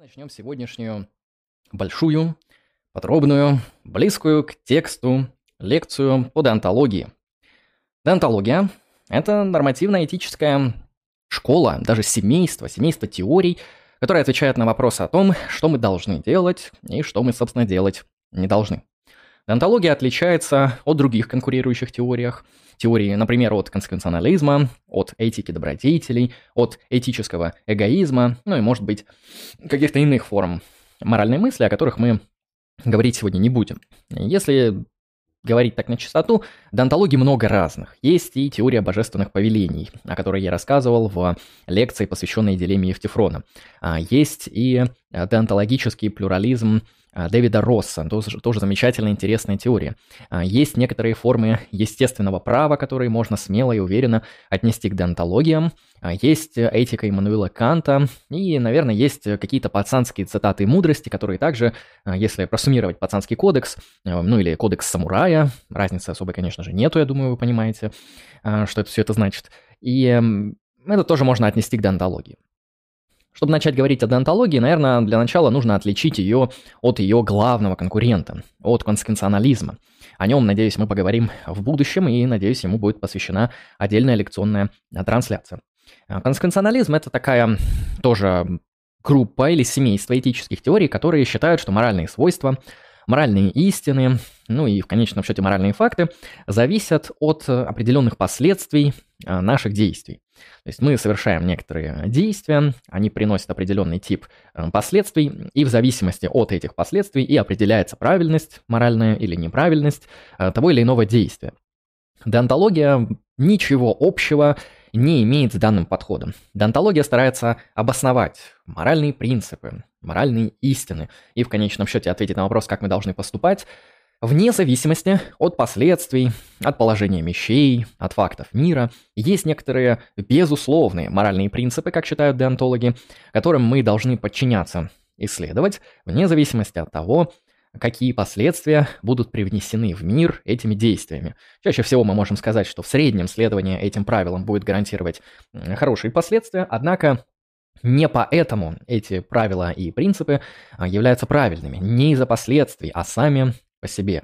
Начнем сегодняшнюю большую, подробную, близкую к тексту лекцию по деонтологии. Деонтология– это нормативно-этическая школа, даже семейство теорий, которое отвечает на вопросы о том, что мы должны делать и что мы, собственно, делать не должны. Деонтология отличается от других конкурирующих теорий, например, от консеквенционализма, от этики добродетелей, от этического эгоизма, ну и, может быть, каких-то иных форм моральной мысли, о которых мы говорить сегодня не будем. Если говорить так на чистоту, деонтологий много разных. Есть и теория божественных повелений, о которой я рассказывал в лекции, посвященной дилемме Евтифрона. Есть и деонтологический плюрализм Дэвида Росса, тоже замечательная, интересная теория. Есть некоторые формы естественного права, которые можно смело и уверенно отнести к деонтологиям. Есть этика Иммануила Канта, и, наверное, есть какие-то пацанские цитаты и мудрости, которые также, если просуммировать пацанский кодекс, ну или кодекс самурая, разницы особой, конечно же, нету, я думаю, вы понимаете, что все это значит. И это тоже можно отнести к деонтологии. Чтобы начать говорить о деонтологии, наверное, для начала нужно отличить ее от ее главного конкурента, от консеквенционализма. О нем, надеюсь, мы поговорим в будущем, и, надеюсь, ему будет посвящена отдельная лекционная трансляция. Консеквенционализм – это такая тоже группа или семейство этических теорий, которые считают, что моральные свойства, моральные истины, ну и в конечном счете моральные факты зависят от определенных последствий наших действий. То есть мы совершаем некоторые действия, они приносят определенный тип последствий, и в зависимости от этих последствий и определяется правильность моральная или неправильность того или иного действия. Деонтология ничего общего не имеет с данным подходом. Деонтология старается обосновать моральные принципы, моральные истины и в конечном счете ответить на вопрос, как мы должны поступать, вне зависимости от последствий, от положения вещей, от фактов мира. Есть некоторые безусловные моральные принципы, как считают деонтологи, которым мы должны подчиняться и следовать, вне зависимости от того, какие последствия будут привнесены в мир этими действиями. Чаще всего мы можем сказать, что в среднем следование этим правилам будет гарантировать хорошие последствия, однако не поэтому эти правила и принципы являются правильными, не из-за последствий, а сами по себе.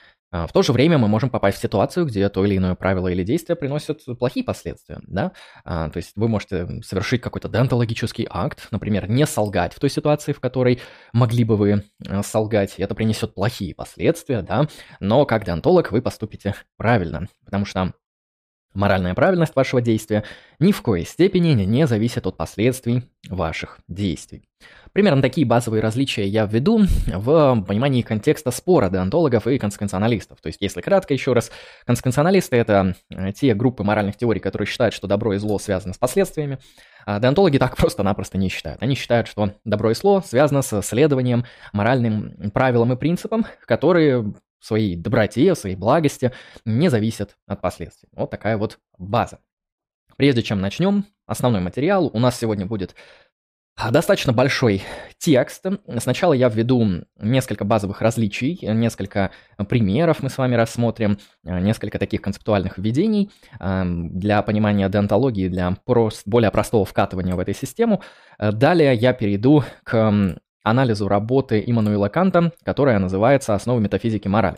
В то же время мы можем попасть в ситуацию, где то или иное правило или действие приносят плохие последствия, да? То есть вы можете совершить какой-то деонтологический акт, например, не солгать в той ситуации, в которой могли бы вы солгать, и это принесет плохие последствия, да? Но как деонтолог вы поступите правильно, потому что моральная правильность вашего действия ни в коей степени не зависит от последствий ваших действий. Примерно такие базовые различия я введу в понимании контекста спора деонтологов и консеквенционалистов. То есть, если кратко еще раз, консеквенционалисты – это те группы моральных теорий, которые считают, что добро и зло связаны с последствиями, а деонтологи так просто-напросто не считают. Они считают, что добро и зло связано с следованием моральным правилам и принципам, которые в своей доброте, в своей благости не зависят от последствий. Вот такая вот база. Прежде чем начнем основной материал, у нас сегодня будет достаточно большой текст. Сначала я введу несколько базовых различий, несколько примеров мы с вами рассмотрим, несколько таких концептуальных введений для понимания деонтологии, для более простого вкатывания в эту систему. Далее я перейду к анализу работы Иммануила Канта, которая называется «Основы метафизики морали».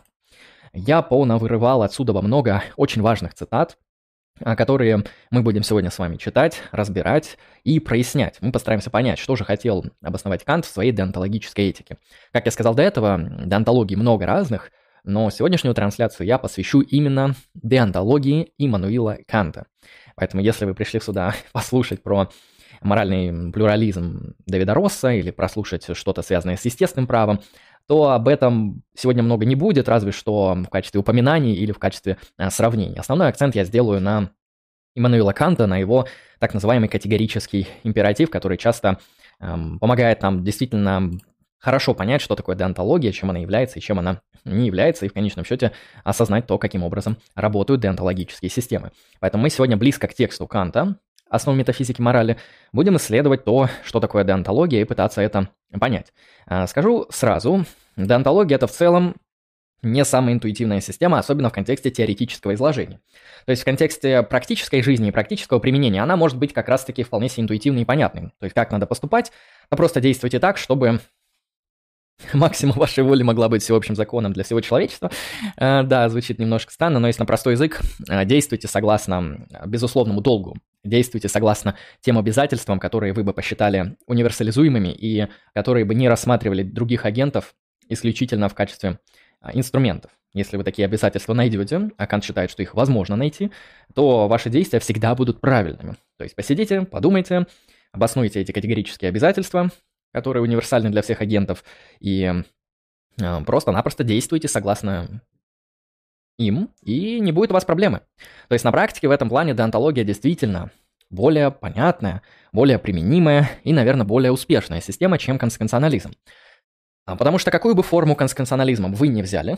Я понавырывал отсюда много очень важных цитат, которые мы будем сегодня с вами читать, разбирать и прояснять. Мы постараемся понять, что же хотел обосновать Кант в своей деонтологической этике. Как я сказал до этого, деонтологий много разных, но сегодняшнюю трансляцию я посвящу именно деонтологии Иммануила Канта. Поэтому если вы пришли сюда послушать про моральный плюрализм Дэвида Росса или прослушать что-то связанное с естественным правом, то об этом сегодня много не будет, разве что в качестве упоминаний или в качестве сравнений. Основной акцент я сделаю на Иммануила Канта, на его так называемый категорический императив, который часто помогает нам действительно хорошо понять, что такое деонтология, чем она является и чем она не является, и в конечном счете осознать то, каким образом работают деонтологические системы. Поэтому мы сегодня близко к тексту Канта, основ метафизики морали, будем исследовать то, что такое деонтология, и пытаться это понять. Скажу сразу, деонтология – это в целом не самая интуитивная система, особенно в контексте теоретического изложения. То есть в контексте практической жизни и практического применения она может быть как раз-таки вполне себе интуитивной и понятной. То есть как надо поступать, но просто действуйте так, чтобы максимум вашей воли могла быть всеобщим законом для всего человечества. Да, звучит немножко странно, но если на простой язык, действуйте согласно безусловному долгу, действуйте согласно тем обязательствам, которые вы бы посчитали универсализуемыми и которые бы не рассматривали других агентов исключительно в качестве инструментов. Если вы такие обязательства найдете, а Кант считает, что их возможно найти, то ваши действия всегда будут правильными. То есть посидите, подумайте, обоснуйте эти категорические обязательства, которые универсальны для всех агентов, и просто-напросто действуйте согласно им, и не будет у вас проблемы. То есть на практике в этом плане деонтология действительно более понятная, более применимая и, наверное, более успешная система, чем консеквенционализм. Потому что какую бы форму консеквенционализма вы не взяли,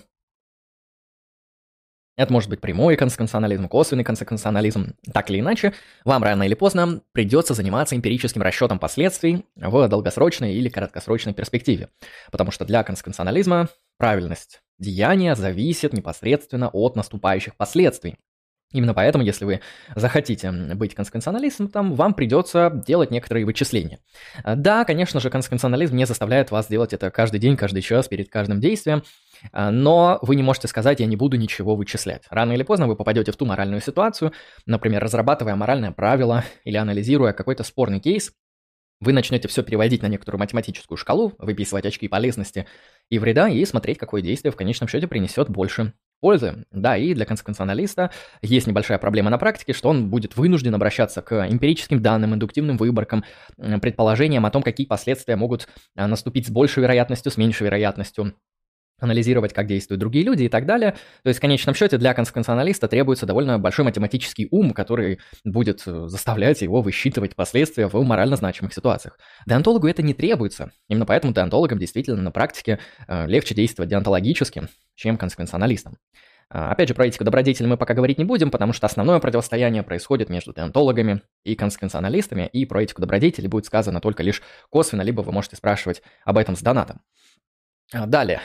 это может быть прямой консеквенционализм, косвенный консеквенционализм. Так или иначе, вам рано или поздно придется заниматься эмпирическим расчетом последствий в долгосрочной или краткосрочной перспективе. Потому что для консеквенционализма правильность деяния зависит непосредственно от наступающих последствий. Именно поэтому, если вы захотите быть консеквенционалистом, вам придется делать некоторые вычисления. Да, конечно же, консеквенционализм не заставляет вас делать это каждый день, каждый час, перед каждым действием, но вы не можете сказать: я не буду ничего вычислять. Рано или поздно вы попадете в ту моральную ситуацию, например, разрабатывая моральное правило или анализируя какой-то спорный кейс, вы начнете все переводить на некоторую математическую шкалу, выписывать очки полезности и вреда и смотреть, какое действие в конечном счете принесет больше пользы. Да, и для консеквенционалиста есть небольшая проблема на практике, что он будет вынужден обращаться к эмпирическим данным, индуктивным выборкам, предположениям о том, какие последствия могут наступить с большей вероятностью, с меньшей вероятностью, анализировать, как действуют другие люди и так далее. То есть в конечном счете для консеквенционалиста требуется довольно большой математический ум, который будет заставлять его высчитывать последствия в морально значимых ситуациях. Деонтологу это не требуется. Именно поэтому деонтологам действительно на практике легче действовать деонтологически, чем консеквенционалистам. Опять же, про этику добродетели мы пока говорить не будем, потому что основное противостояние происходит между деонтологами и консеквенционалистами, и про этику добродетели будет сказано только лишь косвенно, либо вы можете спрашивать об этом с донатом. Далее,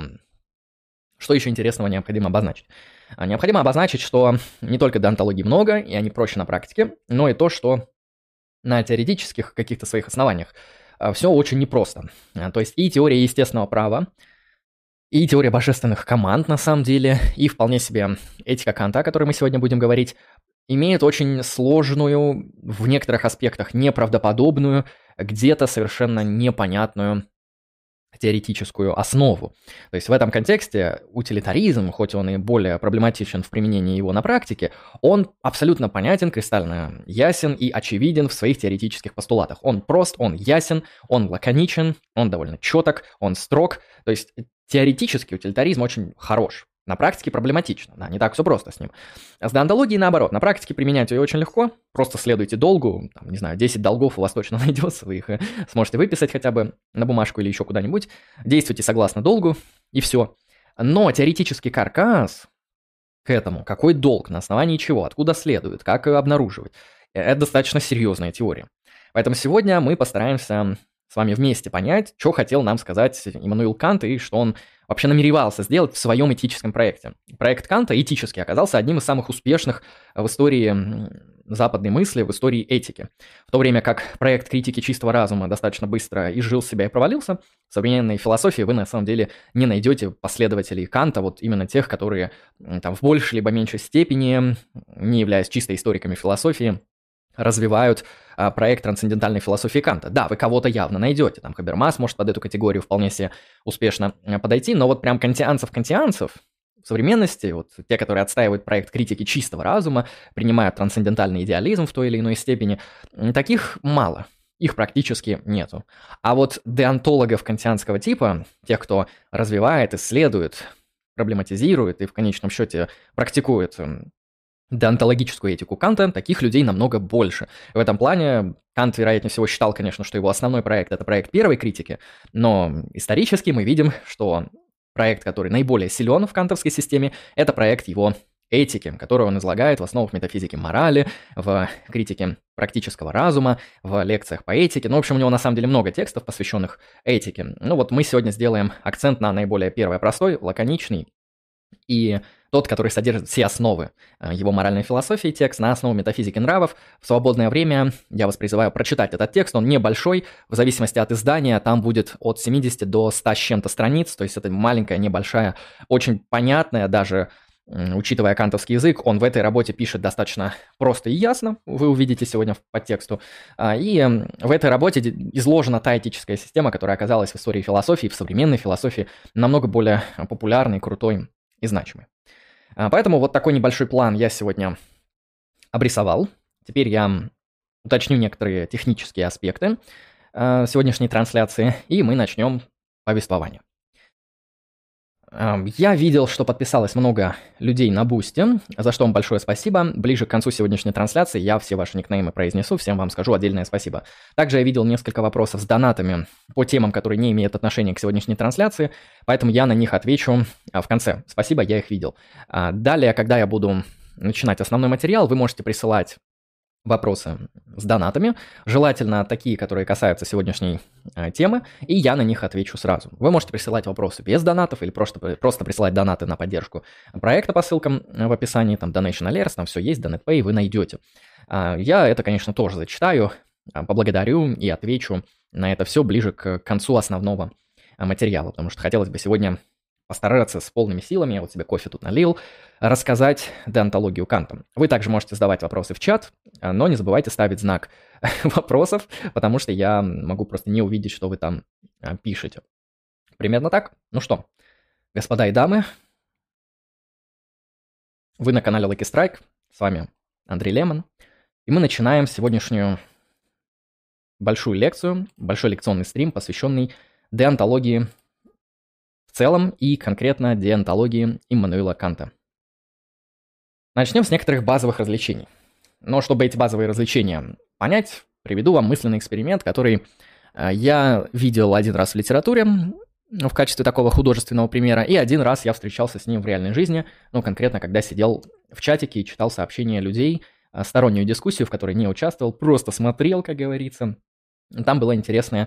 что еще интересного необходимо обозначить? Необходимо обозначить, что не только деонтологий много, и они проще на практике, но и то, что на теоретических каких-то своих основаниях все очень непросто. То есть и теория естественного права, и теория божественных команд, на самом деле, и вполне себе этика Канта, о которой мы сегодня будем говорить, имеют очень сложную, в некоторых аспектах неправдоподобную, где-то совершенно непонятную теоретическую основу. То есть в этом контексте утилитаризм, хоть он и более проблематичен в применении его на практике, он абсолютно понятен, кристально ясен и очевиден в своих теоретических постулатах. Он прост, он ясен, он лаконичен, он довольно четок, он строг. То есть теоретически утилитаризм очень хорош. На практике проблематично, да, не так все просто с ним. А с деонтологией наоборот, на практике применять ее очень легко, просто следуйте долгу, там, не знаю, 10 долгов у вас точно найдется, вы их сможете выписать хотя бы на бумажку или еще куда-нибудь, действуйте согласно долгу, и все. Но теоретический каркас к этому, какой долг, на основании чего, откуда следует, как обнаруживать, это достаточно серьезная теория. Поэтому сегодня мы постараемся с вами вместе понять, что хотел нам сказать Иммануил Кант и что он вообще намеревался сделать в своем этическом проекте. Проект Канта этический оказался одним из самых успешных в истории западной мысли, в истории этики. В то время как проект критики чистого разума достаточно быстро изжил себя и провалился, в современной философии вы на самом деле не найдете последователей Канта, вот именно тех, которые там в большей либо меньшей степени, не являясь чисто историками философии, развивают проект трансцендентальной философии Канта. Да, вы кого-то явно найдете, там Хабермас может под эту категорию вполне себе успешно подойти, но вот прям кантианцев в современности, вот те, которые отстаивают проект критики чистого разума, принимают трансцендентальный идеализм в той или иной степени, таких мало. Их практически нету. А вот деонтологов кантианского типа, тех, кто развивает, исследует, проблематизирует и в конечном счете практикует деонтологическую этику Канта, таких людей намного больше. В этом плане Кант, вероятнее всего, считал, конечно, что его основной проект – это проект первой критики, но исторически мы видим, что проект, который наиболее силен в кантовской системе, это проект его этики, которую он излагает в основах метафизики морали, в критике практического разума, в лекциях по этике. Ну, в общем, у него на самом деле много текстов, посвященных этике. Ну вот мы сегодня сделаем акцент на наиболее первый, простой, лаконичный, и тот, который содержит все основы его моральной философии, текст на основу метафизики нравов. В свободное время я вас призываю прочитать этот текст, он небольшой, в зависимости от издания, там будет от 70 до 100 с чем-то страниц, то есть это маленькая, небольшая, очень понятная даже, учитывая кантовский язык, он в этой работе пишет достаточно просто и ясно, вы увидите сегодня по тексту. И в этой работе изложена та этическая система, которая оказалась в истории философии, в современной философии намного более популярной, крутой и значимой. Поэтому вот такой небольшой план я сегодня обрисовал. Теперь я уточню некоторые технические аспекты сегодняшней трансляции, и мы начнем повествование. Я видел, что подписалось много людей на Бусти, за что вам большое спасибо. Ближе к концу сегодняшней трансляции я все ваши никнеймы произнесу, всем вам скажу отдельное спасибо. Также я видел несколько вопросов с донатами по темам, которые не имеют отношения к сегодняшней трансляции, поэтому я на них отвечу в конце. Спасибо, я их видел. Далее, когда я буду начинать основной материал, вы можете присылать вопросы с донатами, желательно такие, которые касаются сегодняшней темы, и я на них отвечу сразу. Вы можете присылать вопросы без донатов или просто присылать донаты на поддержку проекта по ссылкам в описании, там Donation Alerts, там все есть, DonatPay, вы найдете. Я это, конечно, тоже зачитаю, поблагодарю и отвечу на это все ближе к концу основного материала, потому что хотелось бы сегодня постараться с полными силами, я вот себе кофе тут налил, рассказать деонтологию Канта. Вы также можете задавать вопросы в чат, но не забывайте ставить знак вопросов, потому что я могу просто не увидеть, что вы там пишете. Примерно так. Ну что, господа и дамы, вы на канале Lucky Strike, с вами Андрей Лемон, и мы начинаем сегодняшнюю большую лекцию, большой лекционный стрим, посвященный деонтологии в целом и конкретно деонтологии Иммануила Канта. Начнем с некоторых базовых развлечений. Но чтобы эти базовые развлечения понять, приведу вам мысленный эксперимент, который я видел один раз в литературе в качестве такого художественного примера, и один раз я встречался с ним в реальной жизни, ну, конкретно, когда сидел в чатике и читал сообщения людей, стороннюю дискуссию, в которой не участвовал, просто смотрел, как говорится. Там была интересная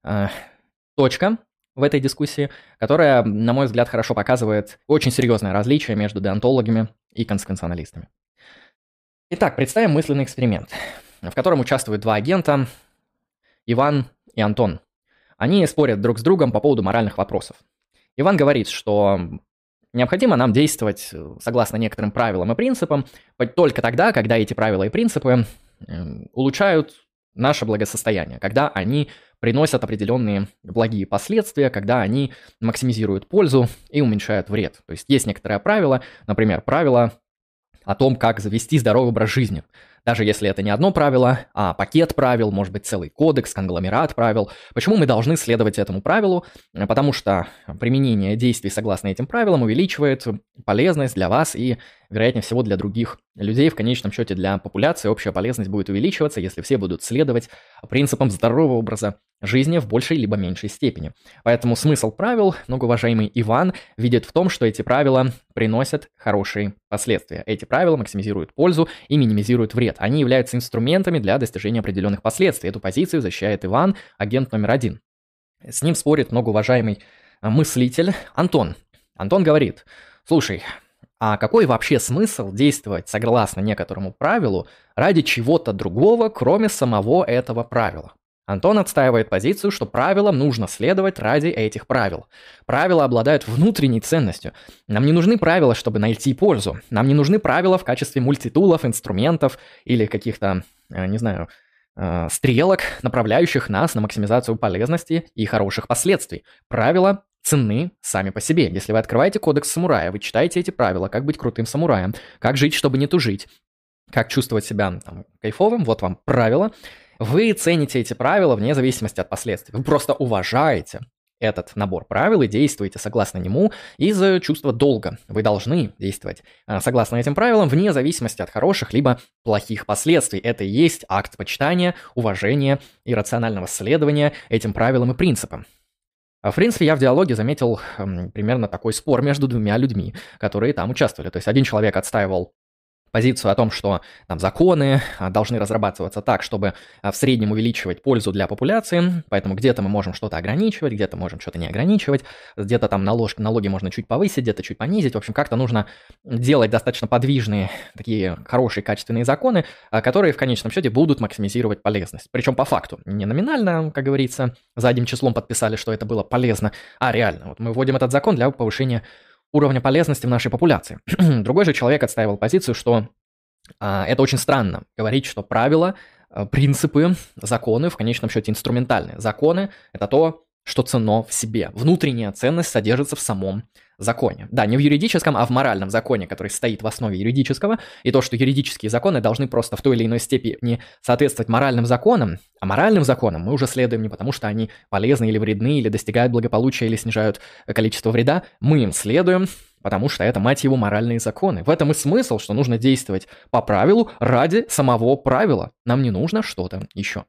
точка в этой дискуссии, которая, на мой взгляд, хорошо показывает очень серьезное различие между деонтологами и конституционалистами. Итак, представим мысленный эксперимент, в котором участвуют два агента, Иван и Антон. Они спорят друг с другом по поводу моральных вопросов. Иван говорит, что необходимо нам действовать согласно некоторым правилам и принципам только тогда, когда эти правила и принципы улучшают наше благосостояние, когда они приносят определенные благие последствия, когда они максимизируют пользу и уменьшают вред. То есть есть некоторые правила, например, правило о том, как завести здоровый образ жизни. Даже если это не одно правило, а пакет правил, может быть, целый кодекс, конгломерат правил. Почему мы должны следовать этому правилу? Потому что применение действий согласно этим правилам увеличивает полезность для вас и, вероятнее всего, для других людей. В конечном счете для популяции общая полезность будет увеличиваться, если все будут следовать принципам здорового образа жизни в большей либо меньшей степени. Поэтому смысл правил, многоуважаемый Иван, видит в том, что эти правила приносят хорошие последствия. Эти правила максимизируют пользу и минимизируют вред. Они являются инструментами для достижения определенных последствий. Эту позицию защищает Иван, агент номер 1. С ним спорит многоуважаемый мыслитель Антон. Антон говорит: слушай, а какой вообще смысл действовать согласно некоторому правилу ради чего-то другого, кроме самого этого правила? Антон отстаивает позицию, что правилам нужно следовать ради этих правил. Правила обладают внутренней ценностью. Нам не нужны правила, чтобы найти пользу. Нам не нужны правила в качестве мультитулов, инструментов или каких-то, не знаю, стрелок, направляющих нас на максимизацию полезности и хороших последствий. Правила ценны сами по себе. Если вы открываете кодекс самурая, вы читаете эти правила, как быть крутым самураем, как жить, чтобы не тужить, как чувствовать себя кайфовым, вот вам правила. Вы цените эти правила вне зависимости от последствий. Вы просто уважаете этот набор правил и действуете согласно нему из чувства долга. Вы должны действовать согласно этим правилам вне зависимости от хороших либо плохих последствий. Это и есть акт почитания, уважения и рационального следования этим правилам и принципам. В принципе, я в диалоге заметил примерно такой спор между двумя людьми, которые там участвовали. То есть один человек отстаивал позицию о том, что там законы должны разрабатываться так, чтобы в среднем увеличивать пользу для популяции, поэтому где-то мы можем что-то ограничивать, где-то можем что-то не ограничивать, где-то там налоги можно чуть повысить, где-то чуть понизить. В общем, как-то нужно делать достаточно подвижные, такие хорошие, качественные законы, которые в конечном счете будут максимизировать полезность. Причем по факту, не номинально, как говорится, задним числом подписали, что это было полезно, а реально. Вот мы вводим этот закон для повышения уровня полезности в нашей популяции. Другой же человек отстаивал позицию, что это очень странно говорить, что правила, принципы, законы в конечном счете инструментальные. Законы – это то, что ценно в себе. Внутренняя ценность содержится в самом законе. Да, не в юридическом, а в моральном законе, который стоит в основе юридического. И то, что юридические законы должны просто в той или иной степени соответствовать моральным законам, а моральным законам мы уже следуем не потому, что они полезны или вредны, или достигают благополучия, или снижают количество вреда. Мы им следуем, потому что это, мать его, моральные законы. В этом и смысл, что нужно действовать по правилу ради самого правила. Нам не нужно что-то еще.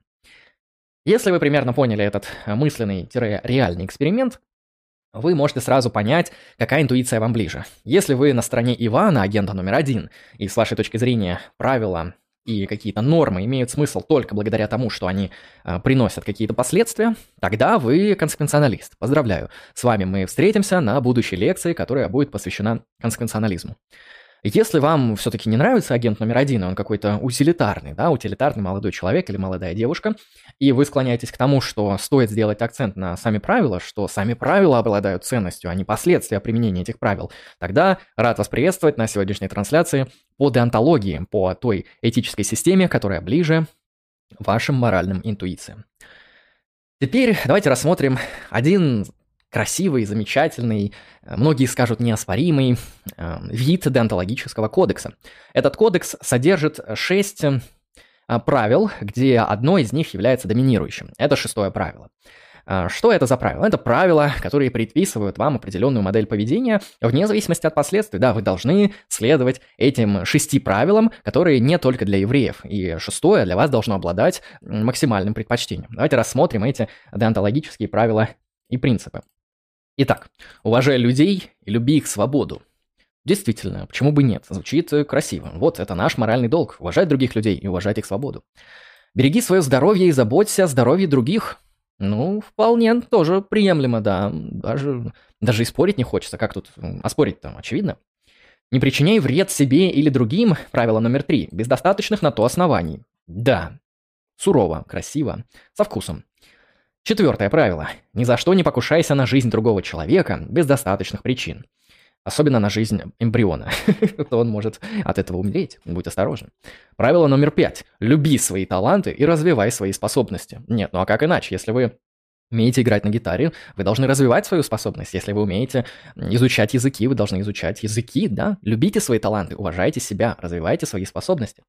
Если вы примерно поняли этот мысленный-реальный эксперимент, вы можете сразу понять, какая интуиция вам ближе. Если вы на стороне Ивана, агента номер 1, и с вашей точки зрения правила и какие-то нормы имеют смысл только благодаря тому, что они приносят какие-то последствия, тогда вы консеквенционалист. Поздравляю, с вами мы встретимся на будущей лекции, которая будет посвящена консеквенционализму. Если вам все-таки не нравится агент номер 1, он какой-то утилитарный, да, утилитарный молодой человек или молодая девушка, и вы склоняетесь к тому, что стоит сделать акцент на сами правила, что сами правила обладают ценностью, а не последствия применения этих правил, тогда рад вас приветствовать на сегодняшней трансляции по деонтологии, по той этической системе, которая ближе вашим моральным интуициям. Теперь давайте рассмотрим один красивый, замечательный, многие скажут неоспоримый вид деонтологического кодекса. Этот кодекс содержит 6 правил, где одно из них является доминирующим. Это 6-е правило. Что это за правила? Это правила, которые предписывают вам определенную модель поведения вне зависимости от последствий. Да, вы должны следовать этим 6 правилам, которые не только для евреев. И 6-е для вас должно обладать максимальным предпочтением. Давайте рассмотрим эти деонтологические правила и принципы. Итак, уважай людей и люби их свободу. Действительно, почему бы нет? Звучит красиво. Вот, это наш моральный долг – уважать других людей и уважать их свободу. Береги свое здоровье и заботься о здоровье других. Ну, вполне тоже приемлемо, да. Даже и спорить не хочется. Как тут оспорить там, очевидно. Не причиняй вред себе или другим. Правило номер 3. Без достаточных на то оснований. Да. Сурово, красиво, со вкусом. 4-е правило. Ни за что не покушайся на жизнь другого человека без достаточных причин. Особенно на жизнь эмбриона. То он может от этого умереть. Будь осторожен. Правило номер 5. Люби свои таланты и развивай свои способности. Нет, ну а как иначе? Если вы умеете играть на гитаре, вы должны развивать свою способность. Если вы умеете изучать языки, вы должны изучать языки, да? Любите свои таланты, уважайте себя, развивайте свои способности.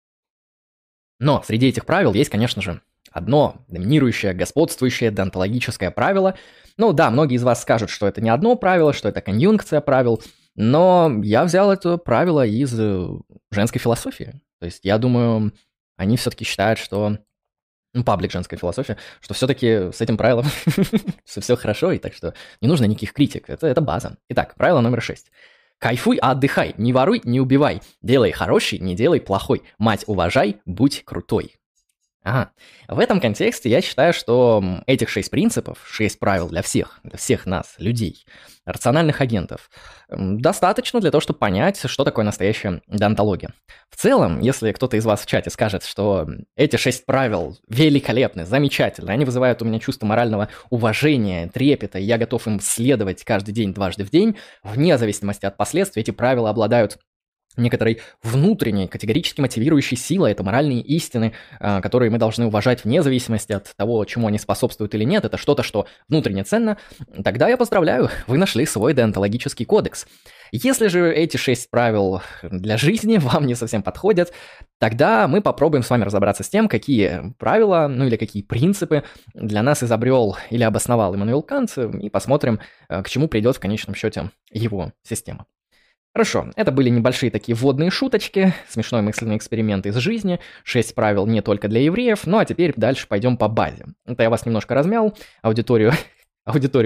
Но среди этих правил есть, конечно же, одно доминирующее, господствующее деонтологическое правило. Ну да, многие из вас скажут, что это не одно правило, что это конъюнкция правил, но я взял это правило из женской философии. То есть я думаю, они все-таки считают, что... паблик женской философии, что все-таки с этим правилом все хорошо, и так что не нужно никаких критик, это база. Итак, правило номер 6. Кайфуй, а отдыхай, не воруй, не убивай, делай хороший, не делай плохой, мать уважай, будь крутой. Ага. В этом контексте я считаю, что этих 6 принципов, 6 правил для всех нас, людей, рациональных агентов, достаточно для того, чтобы понять, что такое настоящая деонтология. В целом, если кто-то из вас в чате скажет, что эти 6 правил великолепны, замечательны, они вызывают у меня чувство морального уважения, трепета, и я готов им следовать каждый день, дважды в день, вне зависимости от последствий, эти правила обладают некоторой внутренней, категорически мотивирующей силой. Это моральные истины, которые мы должны уважать вне зависимости от того, чему они способствуют или нет. Это что-то, что внутренне ценно. Тогда я поздравляю, вы нашли свой деонтологический кодекс. Если же эти 6 правил для жизни вам не совсем подходят, тогда мы попробуем с вами разобраться с тем, какие правила, ну или какие принципы для нас изобрел или обосновал Иммануил Кант, и посмотрим, к чему придет в конечном счете его система. Хорошо, это были небольшие такие вводные шуточки, смешной мысленный эксперимент из жизни, 6 правил не только для евреев, ну а теперь дальше пойдем по базе. Это я вас немножко размял, аудиторию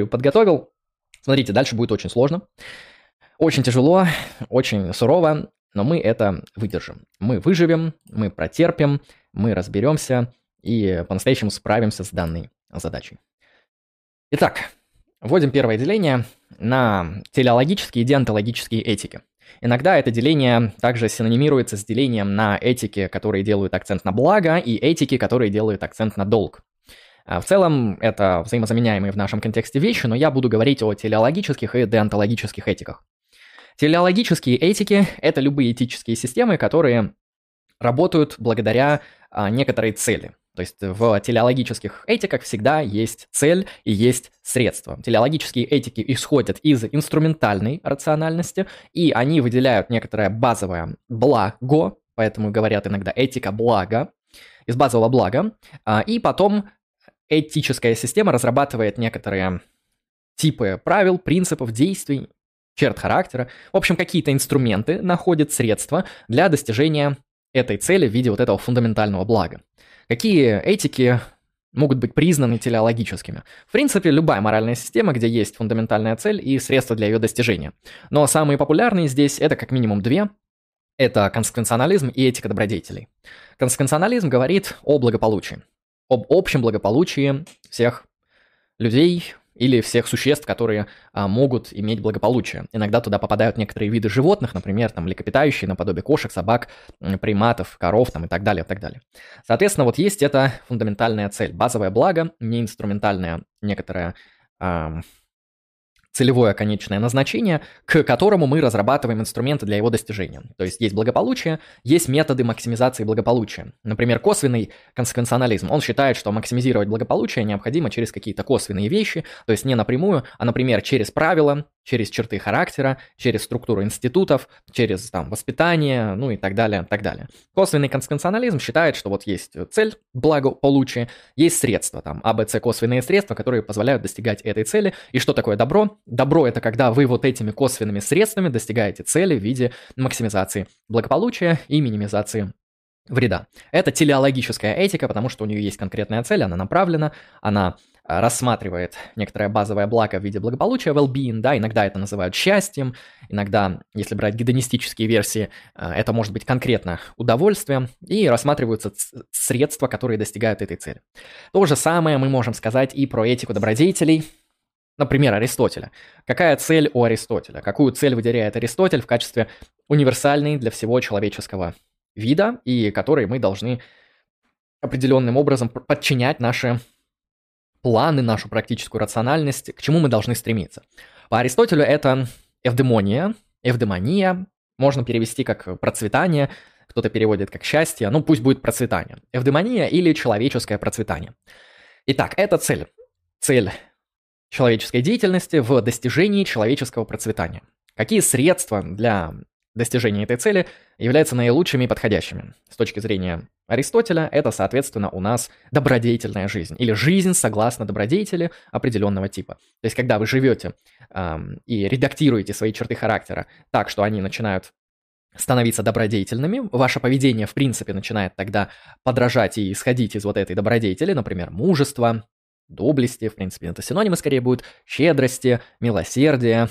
подготовил. Смотрите, дальше будет очень сложно, очень тяжело, очень сурово. но мы это выдержим. Мы выживем, мы протерпим, мы разберемся и по-настоящему справимся с данной задачей. Итак, вводим первое деление на телеологические и деонтологические этики. Иногда это деление также синонимируется с делением на этики, которые делают акцент на благо, и этики, которые делают акцент на долг. В целом, это взаимозаменяемые в нашем контексте вещи, но я буду говорить о телеологических и деонтологических этиках. Телеологические этики – это любые этические системы, которые работают благодаря некоторой цели. То есть в телеологических этиках всегда есть цель и есть средства. Телеологические этики исходят из инструментальной рациональности, и они выделяют некоторое базовое благо, поэтому говорят иногда этика блага, из базового блага, и потом этическая система разрабатывает некоторые типы правил, принципов, действий, черт характера. В общем, какие-то инструменты находят средства для достижения этой цели в виде вот этого фундаментального блага. Какие этики могут быть признаны телеологическими? В принципе, любая моральная система, где есть фундаментальная цель и средства для ее достижения. Но самые популярные здесь это как минимум две. Это консеквенционализм и этика добродетелей. Консеквенционализм говорит о благополучии, об общем благополучии всех людей или всех существ, которые могут иметь благополучие. Иногда туда попадают некоторые виды животных, например, там млекопитающие, наподобие кошек, собак, приматов, коров там, и так далее, и так далее. Соответственно, вот есть эта фундаментальная цель, базовое благо, не инструментальное некоторое целевое конечное назначение, к которому мы разрабатываем инструменты для его достижения. То есть есть благополучие, есть методы максимизации благополучия. Например, косвенный консеквенционализм. Он считает, что максимизировать благополучие необходимо через какие-то косвенные вещи, то есть не напрямую, а, например, через правила, через черты характера, через структуру институтов, через там, воспитание, ну и так далее, так далее. Косвенный консеквенционализм считает, что вот есть цель благополучия, есть средства, там, АБЦ косвенные средства, которые позволяют достигать этой цели. И что такое добро? Добро – это когда вы вот этими косвенными средствами достигаете цели в виде максимизации благополучия и минимизации вреда. Это телеологическая этика, потому что у нее есть конкретная цель, она направлена, она рассматривает некоторое базовое благо в виде благополучия, well-being, да, иногда это называют счастьем, иногда, если брать гедонистические версии, это может быть конкретно удовольствием, и рассматриваются средства, которые достигают этой цели. То же самое мы можем сказать и про этику добродетелей, например, Аристотеля. Какая цель у Аристотеля? Какую цель выделяет Аристотель в качестве универсальной для всего человеческого вида, и которой мы должны определенным образом подчинять наши планы, нашу практическую рациональность, к чему мы должны стремиться. По Аристотелю это эвдемония, эвдемония, можно перевести как процветание, кто-то переводит как счастье, ну пусть будет процветание. Эвдемония или человеческое процветание. Итак, это цель. Цель человеческой деятельности в достижении человеческого процветания. Какие средства для достижения этой цели являются наилучшими и подходящими? С точки зрения Аристотеля, это, соответственно, у нас добродетельная жизнь, или жизнь согласно добродетели определенного типа. То есть, когда вы живете и редактируете свои черты характера так, что они начинают становиться добродетельными, ваше поведение, в принципе, начинает тогда подражать и исходить из вот этой добродетели, например, мужества, доблести, в принципе, это синонимы скорее будут, щедрости, милосердия,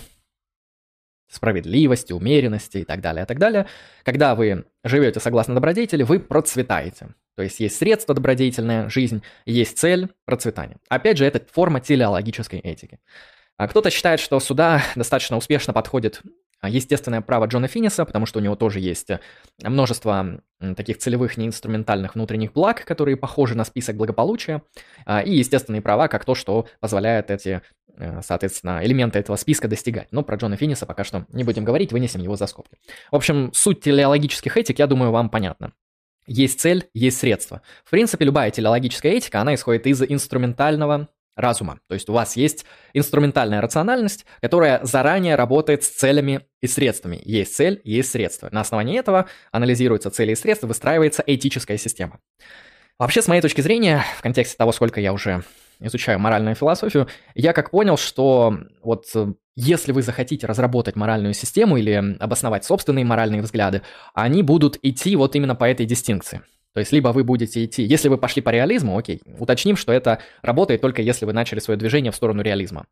справедливости, умеренности и так далее, и так далее. Когда вы живете согласно добродетели, вы процветаете. То есть есть средство добродетельная жизнь, есть цель процветания. Опять же, это форма телеологической этики. А кто-то считает, что сюда достаточно успешно подходит естественное право Джона Финниса, потому что у него тоже есть множество таких целевых неинструментальных внутренних благ, которые похожи на список благополучия, и естественные права, как то, что позволяет эти, соответственно, элементы этого списка достигать. Но про Джона Финниса пока что не будем говорить, вынесем его за скобки. В общем, суть телеологических этик, я думаю, вам понятна. Есть цель, есть средства. В принципе, любая телеологическая этика, она исходит из инструментального разума. То есть у вас есть инструментальная рациональность, которая заранее работает с целями и средствами. Есть цель, есть средства. На основании этого анализируются цели и средства, выстраивается этическая система. Вообще, с моей точки зрения, в контексте того, сколько я уже изучаю моральную философию, я как понял, что вот если вы захотите разработать моральную систему или обосновать собственные моральные взгляды, они будут идти вот именно по этой дистинкции. То есть либо вы будете идти, если вы пошли по реализму, окей, уточним, что это работает только если вы начали свое движение в сторону реализма.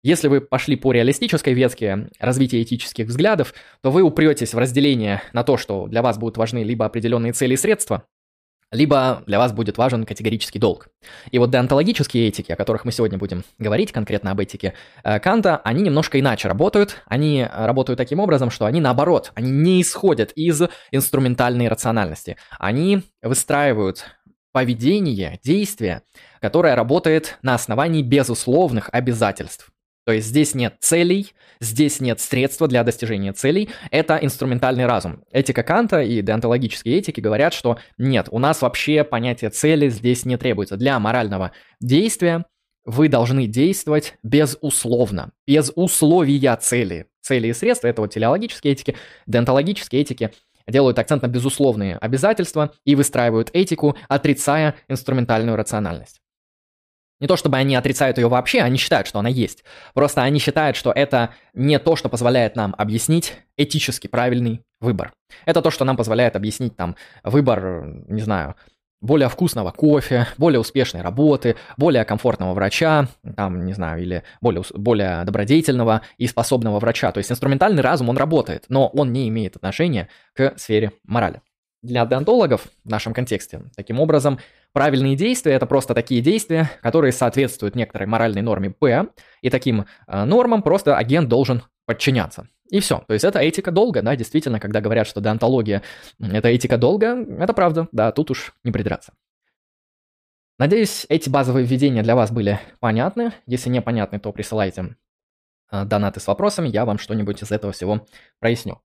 Если вы пошли по реалистической ветке развития этических взглядов, то вы упретесь в разделение на то, что для вас будут важны либо определенные цели и средства, либо для вас будет важен категорический долг. И вот деонтологические этики, о которых мы сегодня будем говорить, конкретно об этике Канта, они немножко иначе работают. Они работают таким образом, что они наоборот, они не исходят из инструментальной рациональности. Они выстраивают поведение, действие, которое работает на основании безусловных обязательств. То есть здесь нет целей, здесь нет средства для достижения целей, это инструментальный разум. Этика Канта и деонтологические этики говорят, что нет, у нас вообще понятие цели здесь не требуется. Для морального действия вы должны действовать безусловно, без условия цели. Цели и средства – это вот телеологические этики, деонтологические этики делают акцент на безусловные обязательства и выстраивают этику, отрицая инструментальную рациональность. Не то чтобы они отрицают ее вообще, они считают, что она есть. Просто они считают, что это не то, что позволяет нам объяснить этически правильный выбор. Это то, что нам позволяет объяснить там выбор, не знаю, более вкусного кофе, более успешной работы, более комфортного врача, там, не знаю, или более добродетельного и способного врача. То есть инструментальный разум, он работает, но он не имеет отношения к сфере морали. Для деонтологов в нашем контексте, таким образом, правильные действия – это просто такие действия, которые соответствуют некоторой моральной норме П, и таким нормам просто агент должен подчиняться. И все. То есть это этика долга, да, действительно, когда говорят, что деонтология – это этика долга, это правда, да, тут уж не придраться. Надеюсь, эти базовые введения для вас были понятны. Если не понятны, то присылайте донаты с вопросами, я вам что-нибудь из этого всего проясню.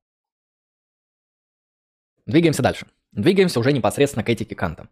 Двигаемся дальше. Двигаемся уже непосредственно к этике Канта.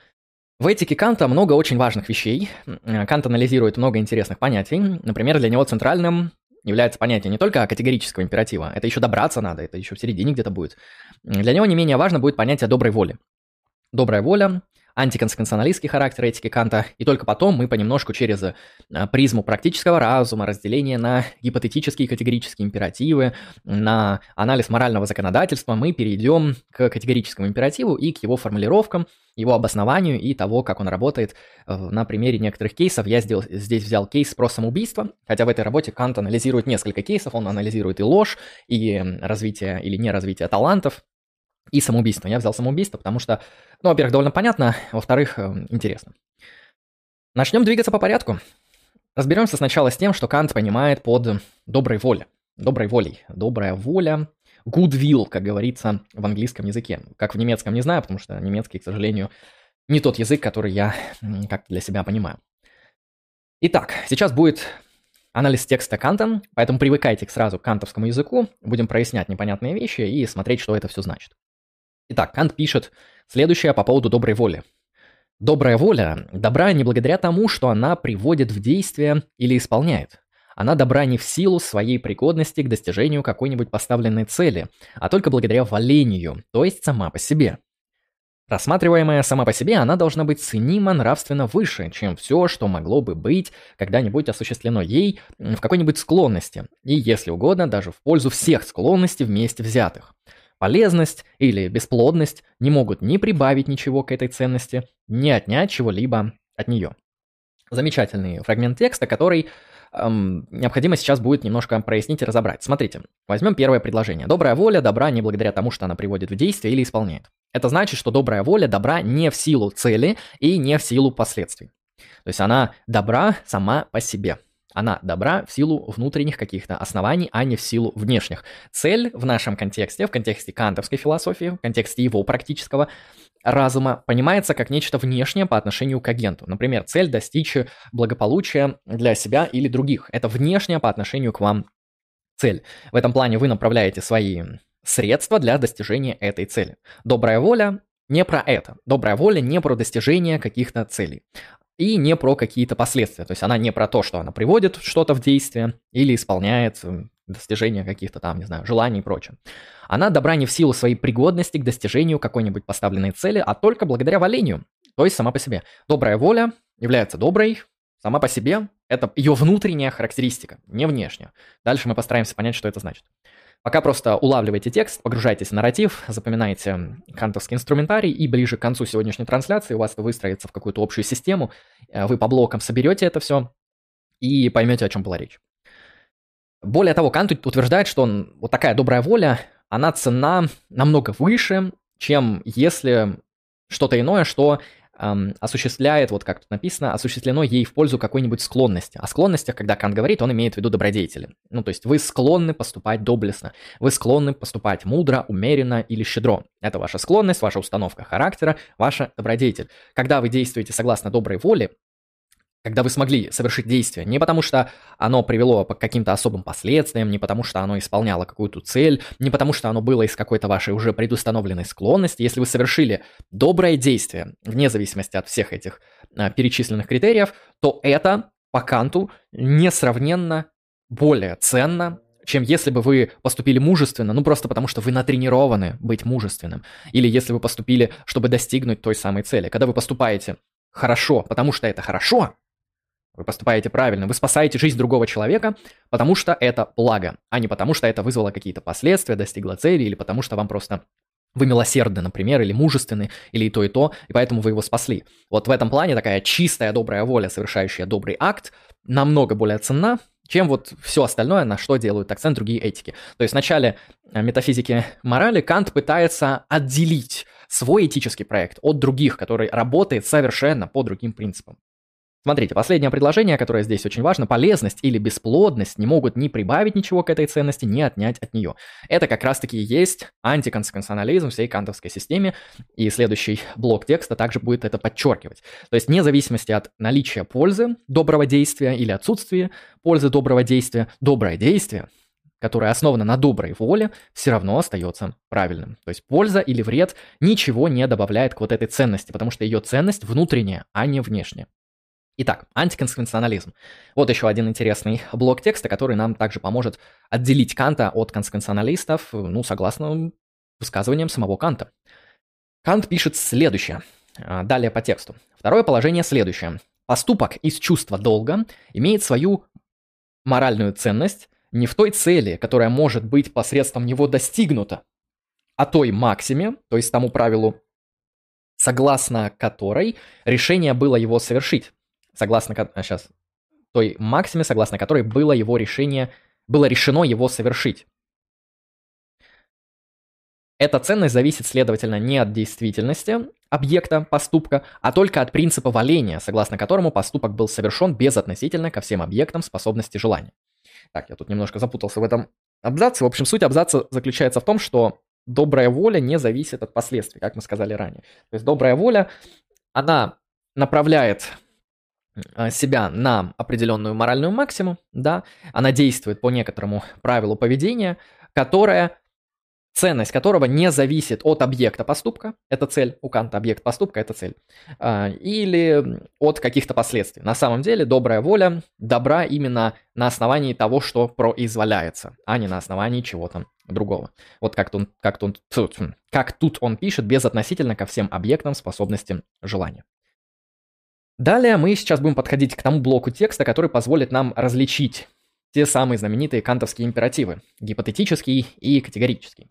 В этике Канта много очень важных вещей. Кант анализирует много интересных понятий. Например, для него центральным является понятие не только категорического императива, это еще добраться надо, это еще в середине где-то будет. Для него не менее важно будет понятие доброй воли. Добрая воля, антиконституционалистский характер этики Канта, и только потом мы понемножку через призму практического разума, разделение на гипотетические и категорические императивы, на анализ морального законодательства, мы перейдем к категорическому императиву и к его формулировкам, его обоснованию и того, как он работает на примере некоторых кейсов. Я здесь взял кейс про самоубийство, хотя в этой работе Кант анализирует несколько кейсов, он анализирует и ложь, и развитие или неразвитие талантов, и самоубийство. Я взял самоубийство, потому что, ну, во-первых, довольно понятно, во-вторых, интересно. Начнем двигаться по порядку. Разберемся сначала с тем, что Кант понимает под доброй волей. Доброй волей. Добрая воля. Goodwill, как говорится в английском языке. Как в немецком не знаю, потому что немецкий, к сожалению, не тот язык, который я как-то для себя понимаю. Итак, сейчас будет анализ текста Канта, поэтому привыкайте сразу к кантовскому языку. Будем прояснять непонятные вещи и смотреть, что это все значит. Итак, Кант пишет следующее по поводу доброй воли. Добрая воля добра не благодаря тому, что она приводит в действие или исполняет. Она добра не в силу своей пригодности к достижению какой-нибудь поставленной цели, а только благодаря волению, то есть сама по себе. Рассматриваемая сама по себе, она должна быть ценима нравственно выше, чем все, что могло бы быть когда-нибудь осуществлено ей в какой-нибудь склонности, и, если угодно, даже в пользу всех склонностей вместе взятых. Полезность или бесплодность не могут ни прибавить ничего к этой ценности, ни отнять чего-либо от нее. Замечательный фрагмент текста, который необходимо сейчас будет немножко прояснить и разобрать. Смотрите, возьмем первое предложение. Добрая воля добра не благодаря тому, что она приводит в действие или исполняет. Это значит, что добрая воля добра не в силу цели и не в силу последствий. То есть она добра сама по себе. Она добра в силу внутренних каких-то оснований, а не в силу внешних. Цель в нашем контексте, в контексте кантовской философии, в контексте его практического разума, понимается как нечто внешнее по отношению к агенту. Например, цель достичь благополучия для себя или других. Это внешняя по отношению к вам цель. В этом плане вы направляете свои средства для достижения этой цели. Добрая воля не про это. Добрая воля не про достижение каких-то целей. И не про какие-то последствия. То есть она не про то, что она приводит что-то в действие или исполняет достижение каких-то там, не знаю, желаний и прочее. Она добра не в силу своей пригодности к достижению какой-нибудь поставленной цели, а только благодаря волению, то есть сама по себе. Добрая воля является доброй сама по себе. Это ее внутренняя характеристика, не внешняя. Дальше мы постараемся понять, что это значит. Пока просто улавливайте текст, погружайтесь в нарратив, запоминайте кантовский инструментарий, и ближе к концу сегодняшней трансляции у вас это выстроится в какую-то общую систему, вы по блокам соберете это все и поймете, о чем была речь. Более того, Кант утверждает, что вот такая добрая воля, она ценна намного выше, чем если что-то иное, что осуществляет, вот как тут написано, осуществлено ей в пользу какой-нибудь склонности. О склонностях, когда Кант говорит, он имеет в виду добродетели. Ну, то есть вы склонны поступать доблестно, вы склонны поступать мудро, умеренно или щедро. Это ваша склонность, ваша установка характера, ваша добродетель. Когда вы действуете согласно доброй воле, когда вы смогли совершить действие не потому, что оно привело к каким-то особым последствиям, не потому, что оно исполняло какую-то цель, не потому, что оно было из какой-то вашей уже предустановленной склонности. Если вы совершили доброе действие, вне зависимости от всех этих перечисленных критериев, то это по Канту несравненно более ценно, чем если бы вы поступили мужественно, ну просто потому, что вы натренированы быть мужественным. Или если вы поступили, чтобы достигнуть той самой цели. Когда вы поступаете хорошо, потому что это хорошо, вы поступаете правильно, вы спасаете жизнь другого человека, потому что это благо, а не потому что это вызвало какие-то последствия, достигло цели, или потому что вам просто вы милосердны, например, или мужественны, или и то, и поэтому вы его спасли. Вот в этом плане такая чистая добрая воля, совершающая добрый акт, намного более ценна, чем вот все остальное, на что делают акцент другие этики. То есть в начале метафизики морали Кант пытается отделить свой этический проект от других, который работает совершенно по другим принципам. Смотрите, последнее предложение, которое здесь очень важно, полезность или бесплодность не могут ни прибавить ничего к этой ценности, ни отнять от нее. Это как раз-таки и есть антиконсеквенционализм всей кантовской системе, и следующий блок текста также будет это подчеркивать. То есть вне зависимости от наличия пользы доброго действия или отсутствия пользы доброго действия, доброе действие, которое основано на доброй воле, все равно остается правильным. То есть польза или вред ничего не добавляет к вот этой ценности, потому что ее ценность внутренняя, а не внешняя. Итак, антиконсеквенционализм. Вот еще один интересный блок текста, который нам также поможет отделить Канта от консеквенционалистов, ну, согласно высказываниям самого Канта. Кант пишет следующее, далее по тексту. Второе положение следующее. Поступок из чувства долга имеет свою моральную ценность не в той цели, которая может быть посредством него достигнута, а той максиме, то есть тому правилу, согласно которой решение было его совершить. Той максиме, согласно которой было решено его совершить. Эта ценность зависит, следовательно, не от действительности объекта поступка, а только от принципа валения, согласно которому поступок был совершен безотносительно ко всем объектам способности желания. Так, я тут немножко запутался в этом абзаце. В общем, суть абзаца заключается в том, что добрая воля не зависит от последствий, как мы сказали ранее. То есть добрая воля, она направляет себя на определенную моральную максимум, да, она действует по некоторому правилу поведения, ценность которого не зависит от объекта поступка, это цель, у Канта объект поступка, это цель, или от каких-то последствий. На самом деле добрая воля добра именно на основании того, что произволяется, а не на основании чего-то другого. Вот как тут он пишет, безотносительно ко всем объектам способности желания. Далее мы сейчас будем подходить к тому блоку текста, который позволит нам различить те самые знаменитые кантовские императивы, гипотетический и категорический.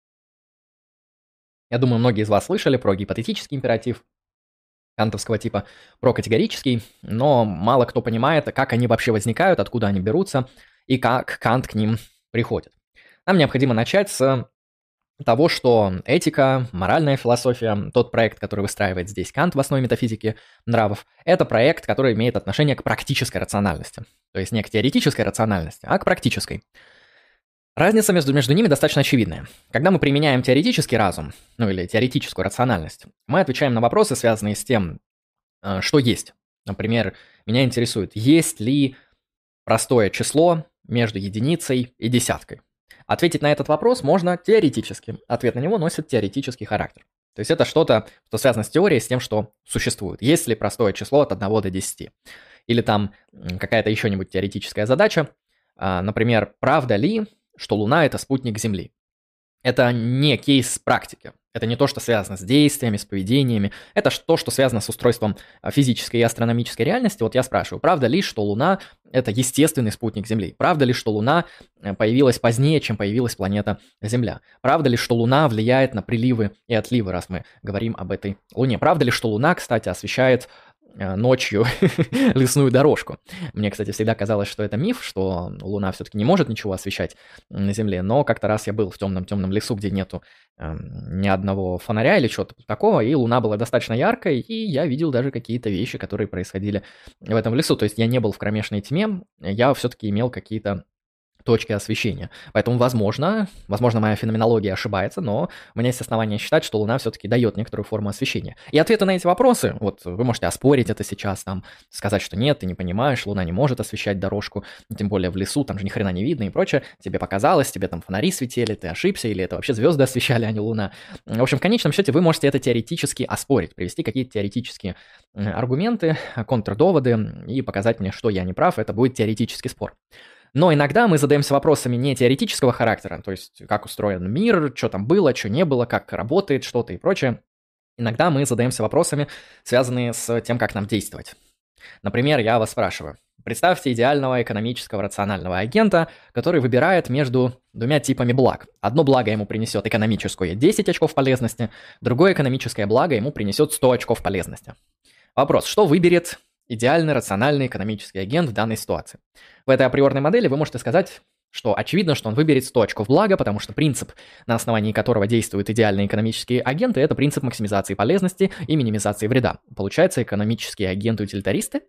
Я думаю, многие из вас слышали про гипотетический императив кантовского типа, про категорический, но мало кто понимает, как они вообще возникают, откуда они берутся и как Кант к ним приходит. Нам необходимо начать с того, что этика, моральная философия, тот проект, который выстраивает здесь Кант в основе метафизики нравов, это проект, который имеет отношение к практической рациональности. То есть не к теоретической рациональности, а к практической. Разница между ними достаточно очевидная. Когда мы применяем теоретический разум, ну или теоретическую рациональность, мы отвечаем на вопросы, связанные с тем, что есть. Например, меня интересует, есть ли простое число между единицей и десяткой. Ответить на этот вопрос можно теоретически. Ответ на него носит теоретический характер. То есть это что-то, что связано с теорией, с тем, что существует. Есть ли простое число от 1 до 10? Или там какая-то еще-нибудь теоретическая задача. Например, правда ли, что Луна – это спутник Земли? Это не кейс практики. Это не то, что связано с действиями, с поведениями. Это то, что связано с устройством физической и астрономической реальности. Вот я спрашиваю, правда ли, что Луна – это естественный спутник Земли? Правда ли, что Луна появилась позднее, чем появилась планета Земля? Правда ли, что Луна влияет на приливы и отливы, раз мы говорим об этой Луне? Правда ли, что Луна, кстати, освещает ночью лесную дорожку. Мне, кстати, всегда казалось, что это миф, что Луна все-таки не может ничего освещать на Земле, но как-то раз я был в темном-темном лесу, где нету ни одного фонаря или чего-то такого, и Луна была достаточно яркой, и я видел даже какие-то вещи, которые происходили в этом лесу. То есть я не был в кромешной тьме, я все-таки имел какие-то точки освещения. Поэтому, возможно, моя феноменология ошибается, но у меня есть основания считать, что Луна все-таки дает некоторую форму освещения. И ответы на эти вопросы, вот вы можете оспорить это сейчас, там, сказать, что нет, ты не понимаешь, Луна не может освещать дорожку, тем более в лесу, там же ни хрена не видно и прочее, тебе показалось, тебе там фонари светили, ты ошибся, или это вообще звезды освещали, а не Луна. В общем, в конечном счете вы можете это теоретически оспорить, привести какие-то теоретические аргументы, контрдоводы и показать мне, что я не прав, это будет теоретический спор. Но иногда мы задаемся вопросами не теоретического характера, то есть как устроен мир, что там было, что не было, как работает что-то и прочее. Иногда мы задаемся вопросами, связанные с тем, как нам действовать. Например, я вас спрашиваю. Представьте идеального экономического рационального агента, который выбирает между двумя типами благ. Одно благо ему принесет экономическое 10 очков полезности, другое экономическое благо ему принесет 100 очков полезности. Вопрос, что выберет идеальный рациональный экономический агент в данной ситуации? В этой априорной модели вы можете сказать, что очевидно, что он выберет 100 очков блага, потому что принцип, на основании которого действуют идеальные экономические агенты, это принцип максимизации полезности и минимизации вреда. Получается, экономические агенты-утилитаристы?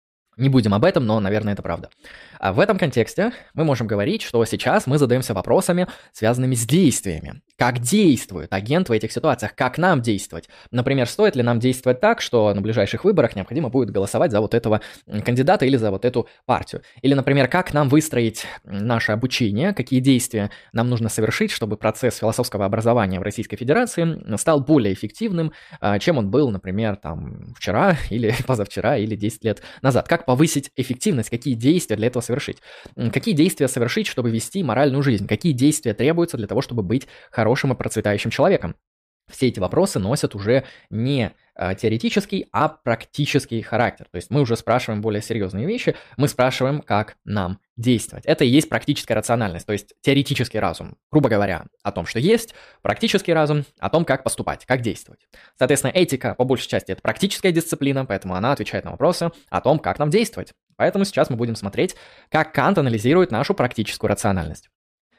Не будем об этом, но, наверное, это правда. А в этом контексте мы можем говорить, что сейчас мы задаемся вопросами, связанными с действиями. Как действует агент в этих ситуациях? Как нам действовать? Например, стоит ли нам действовать так, что на ближайших выборах необходимо будет голосовать за вот этого кандидата или за вот эту партию? Или, например, как нам выстроить наше обучение? Какие действия нам нужно совершить, чтобы процесс философского образования в Российской Федерации стал более эффективным, чем он был, например, там, вчера или позавчера или 10 лет назад? Как повысить эффективность? Какие действия для этого совершить? Какие действия совершить, чтобы вести моральную жизнь? Какие действия требуются для того, чтобы быть хорошим и процветающим человеком? Все эти вопросы носят уже не теоретический, а практический характер. То есть мы уже спрашиваем более серьезные вещи, мы спрашиваем, как нам действовать. Это и есть практическая рациональность, то есть теоретический разум, грубо говоря, о том, что есть, практический разум о том, как поступать, как действовать. Соответственно, этика, по большей части, это практическая дисциплина, поэтому она отвечает на вопросы о том, как нам действовать. Поэтому сейчас мы будем смотреть, как Кант анализирует нашу практическую рациональность.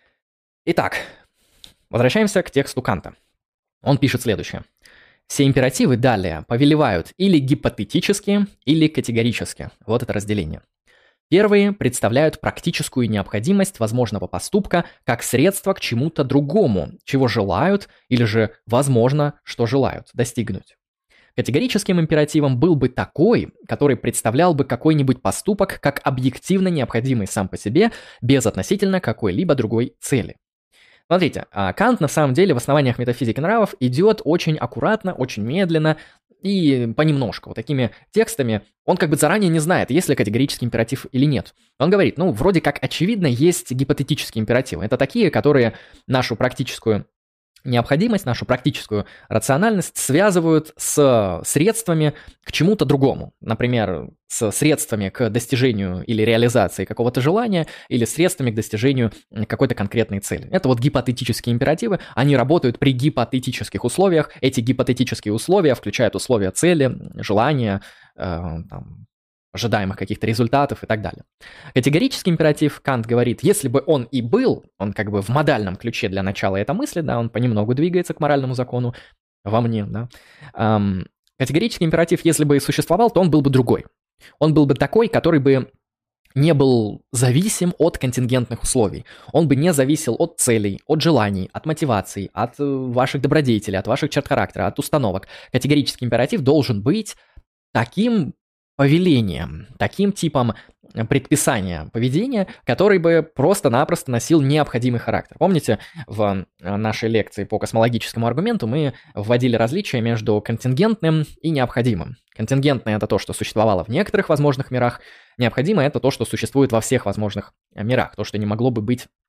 Итак, возвращаемся к тексту Канта. Он пишет следующее. Все императивы далее повелевают или гипотетически, или категорически. Вот это разделение. Первые представляют практическую необходимость возможного поступка как средство к чему-то другому, чего желают или же, возможно, что желают достигнуть. Категорическим императивом был бы такой, который представлял бы какой-нибудь поступок как объективно необходимый сам по себе, без относительно какой-либо другой цели. Смотрите, Кант на самом деле в основаниях метафизики нравов идет очень аккуратно, очень медленно и понемножку. Вот такими текстами он как бы заранее не знает, есть ли категорический императив или нет. Он говорит, ну, вроде как очевидно, есть гипотетические императивы. Это такие, которые нашу практическую необходимость, нашу практическую рациональность связывают с средствами к чему-то другому. Например, с средствами к достижению или реализации какого-то желания, или средствами к достижению какой-то конкретной цели. Это вот гипотетические императивы, они работают при гипотетических условиях. Эти гипотетические условия включают условия цели, желания, ожидаемых каких-то результатов и так далее. Категорический императив, Кант говорит, если бы он и был, он как бы в модальном ключе для начала этой мысли, да, он понемногу двигается к моральному закону во мне, да. Категорический императив, если бы и существовал, то он был бы другой. Он был бы такой, который бы не был зависим от контингентных условий. Он бы не зависел от целей, от желаний, от мотиваций, от ваших добродетелей, от ваших черт характера, от установок. Категорический императив должен быть таким повелением, таким типом предписания поведения, который бы просто-напросто носил необходимый характер. Помните, в нашей лекции по космологическому аргументу мы вводили различие между контингентным и необходимым. Контингентное – это то, что существовало в некоторых возможных мирах, необходимое – это то, что существует во всех возможных мирах, то, что не могло бы быть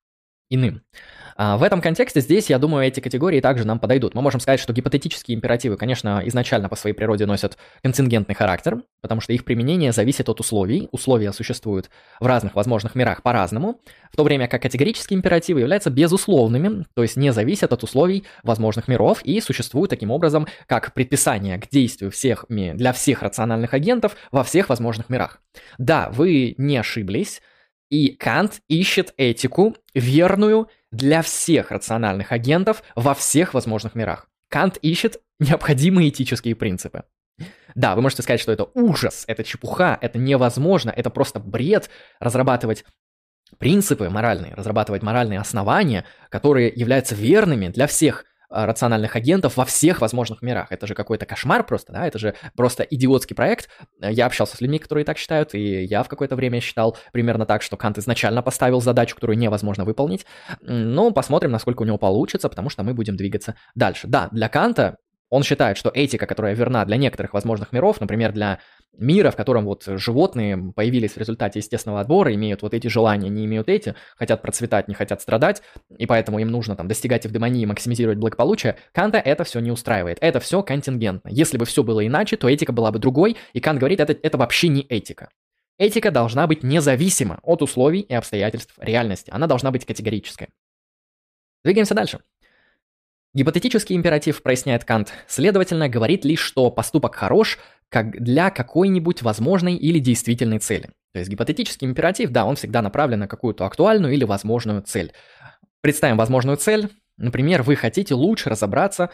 иным. В этом контексте здесь, я думаю, эти категории также нам подойдут. Мы можем сказать, что гипотетические императивы, конечно, изначально по своей природе носят контингентный характер, потому что их применение зависит от условий. Условия существуют в разных возможных мирах по-разному, в то время как категорические императивы являются безусловными, то есть не зависят от условий возможных миров и существуют таким образом, как предписание к действию для всех рациональных агентов во всех возможных мирах. Да, вы не ошиблись, и Кант ищет этику верную для всех рациональных агентов во всех возможных мирах. Кант ищет необходимые этические принципы. Да, вы можете сказать, что это ужас, это чепуха, это невозможно, это просто бред разрабатывать принципы моральные, разрабатывать моральные основания, которые являются верными для всех рациональных агентов во всех возможных мирах. Это же какой-то кошмар просто, да, это же просто идиотский проект. Я общался с людьми, которые так считают, и я в какое-то время считал примерно так, что Кант изначально поставил задачу, которую невозможно выполнить. Но посмотрим, насколько у него получится, потому что мы будем двигаться дальше. Да, для Канта он считает, что этика, которая верна для некоторых возможных миров, например, для мира, в котором вот животные появились в результате естественного отбора, имеют вот эти желания, не имеют эти, хотят процветать, не хотят страдать, и поэтому им нужно там достигать эвдемонии, максимизировать благополучие, Канта это все не устраивает, это все контингентно. Если бы все было иначе, то этика была бы другой, и Кант говорит, это вообще не этика. Этика должна быть независима от условий и обстоятельств реальности, она должна быть категорической. Двигаемся дальше. Гипотетический императив, проясняет Кант, следовательно, говорит лишь, что поступок хорош как для какой-нибудь возможной или действительной цели. То есть гипотетический императив, да, он всегда направлен на какую-то актуальную или возможную цель. Представим возможную цель. Например, вы хотите лучше разобраться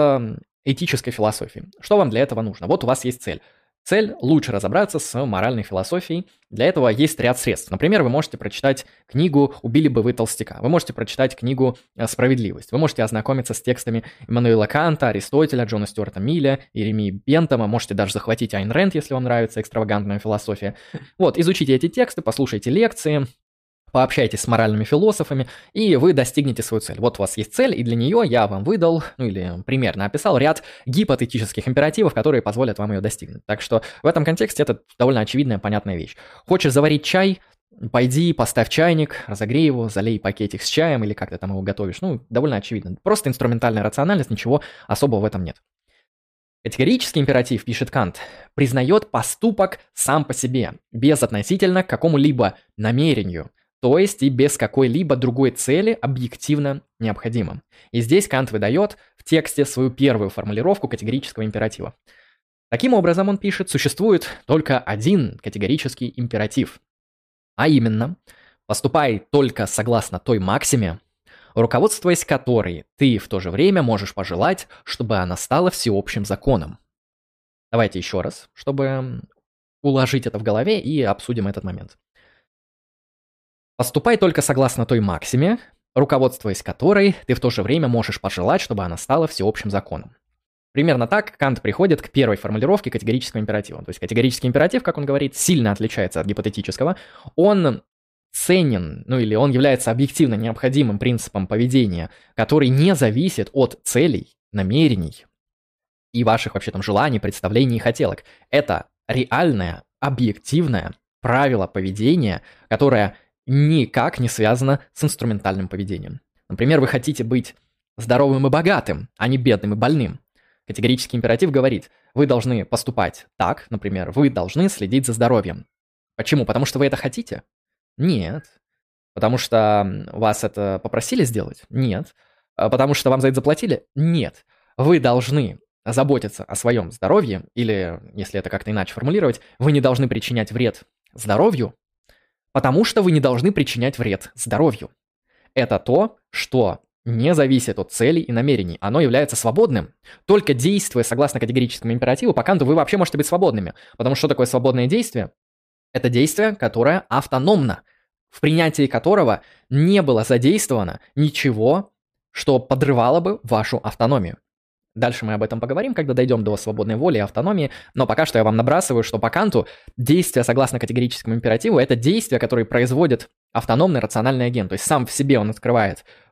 с этической философией. Что вам для этого нужно? Вот у вас есть цель. Цель – лучше разобраться с моральной философией. Для этого есть ряд средств. Например, вы можете прочитать книгу «Убили бы вы толстяка». Вы можете прочитать книгу «Справедливость». Вы можете ознакомиться с текстами Иммануила Канта, Аристотеля, Джона Стюарта Милля, Иеремии Бентама. Можете даже захватить Айн Рэнд, если вам нравится экстравагантная философия. Вот, изучите эти тексты, послушайте лекции, пообщайтесь с моральными философами, и вы достигнете свою цель. Вот у вас есть цель, и для нее я вам выдал, или примерно описал ряд гипотетических императивов, которые позволят вам ее достигнуть. Так что в этом контексте это довольно очевидная, понятная вещь. Хочешь заварить чай? Пойди, поставь чайник, разогрей его, залей пакетик с чаем, или как ты там его готовишь. Ну, довольно очевидно. Просто инструментальная рациональность, ничего особого в этом нет. Категорический императив, пишет Кант, признает поступок сам по себе, безотносительно к какому-либо намерению, то есть и без какой-либо другой цели объективно необходимым. И здесь Кант выдает в тексте свою первую формулировку категорического императива. Таким образом, он пишет, существует только один категорический императив, а именно, поступай только согласно той максиме, руководствуясь которой ты в то же время можешь пожелать, чтобы она стала всеобщим законом. Давайте еще раз, чтобы уложить это в голове, и обсудим этот момент. Поступай только согласно той максиме, руководствуясь которой ты в то же время можешь пожелать, чтобы она стала всеобщим законом. Примерно так Кант приходит к первой формулировке категорического императива. То есть категорический императив, как он говорит, сильно отличается от гипотетического. Он ценен, или он является объективно необходимым принципом поведения, который не зависит от целей, намерений и ваших вообще там желаний, представлений и хотелок. Это реальное, объективное правило поведения, которое никак не связано с инструментальным поведением. Например, вы хотите быть здоровым и богатым, а не бедным и больным. Категорический императив говорит, вы должны поступать так, например, вы должны следить за здоровьем. Почему? Потому что вы это хотите? Нет. Потому что вас это попросили сделать? Нет. Потому что вам за это заплатили? Нет. Вы должны заботиться о своем здоровье, или, если это как-то иначе формулировать, вы не должны причинять вред здоровью, потому что вы не должны причинять вред здоровью. Это то, что не зависит от целей и намерений. Оно является свободным. Только действуя согласно категорическому императиву, по Канту вы вообще можете быть свободными. Потому что такое свободное действие? Это действие, которое автономно, в принятии которого не было задействовано ничего, что подрывало бы вашу автономию. Дальше мы об этом поговорим, когда дойдем до свободной воли и автономии, но пока что я вам набрасываю, что по Канту действие согласно категорическому императиву – это действие, которое производит автономный рациональный агент, то есть сам в себе он открывает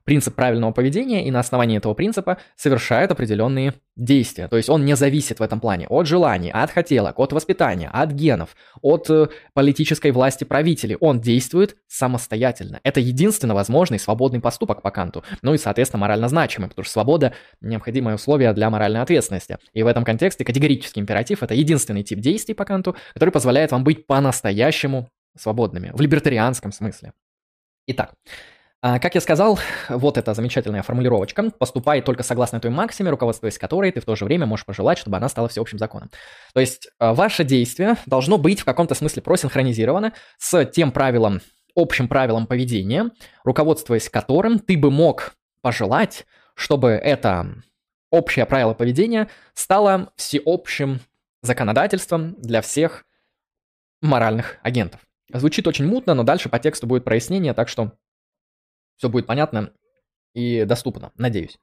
принцип правильного поведения и на основании этого принципа совершает определенные действия. То есть он не зависит в этом плане от желаний, от хотелок, от воспитания, от генов, от политической власти правителей. Он действует самостоятельно. Это единственно возможный свободный поступок по Канту. Ну и, соответственно, морально значимый, потому что свобода – необходимое условие для моральной ответственности. И в этом контексте категорический императив – это единственный тип действий по Канту, который позволяет вам быть по-настоящему свободными, в либертарианском смысле. Итак, как я сказал, вот эта замечательная формулировочка. Поступай только согласно той максиме, руководствуясь которой ты в то же время можешь пожелать, чтобы она стала всеобщим законом. То есть ваше действие должно быть в каком-то смысле просинхронизировано с тем правилом, общим правилом поведения, руководствуясь которым ты бы мог пожелать, чтобы это общее правило поведения стало всеобщим законодательством для всех моральных агентов. Звучит очень мутно, но дальше по тексту будет прояснение, так что все будет понятно и доступно, надеюсь.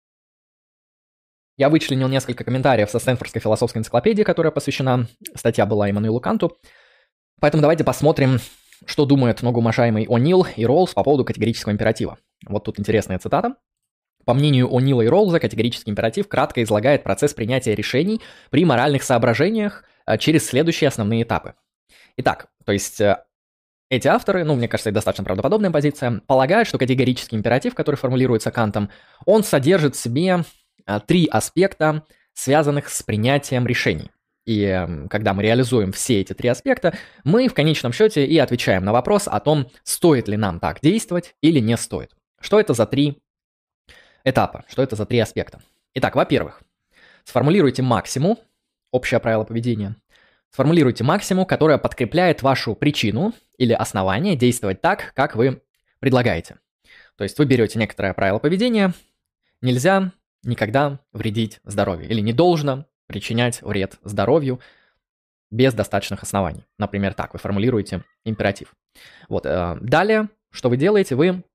Я вычленил несколько комментариев со Стэнфордской философской энциклопедии, которая посвящена, статья была Иммануилу Канту. Поэтому давайте посмотрим, что думают многоуважаемый О'Нил и Роулс по поводу категорического императива. Вот тут интересная цитата. По мнению О'Нила и Роулза, категорический императив кратко излагает процесс принятия решений при моральных соображениях через следующие основные этапы. Итак, то есть эти авторы, мне кажется, это достаточно правдоподобная позиция, полагают, что категорический императив, который формулируется Кантом, он содержит в себе 3 аспекта, связанных с принятием решений. И когда мы реализуем все эти 3 аспекта, мы в конечном счете и отвечаем на вопрос о том, стоит ли нам так действовать или не стоит. Что это за 3 этапа, что это за 3 аспекта? Итак, во-первых, сформулируйте максимум, общее правило поведения. Сформулируйте максимум, которое подкрепляет вашу причину или основание действовать так, как вы предлагаете. То есть вы берете некоторое правило поведения, нельзя никогда вредить здоровью или не должно причинять вред здоровью без достаточных оснований. Например, так вы формулируете императив. Вот. Далее, что вы делаете? Вы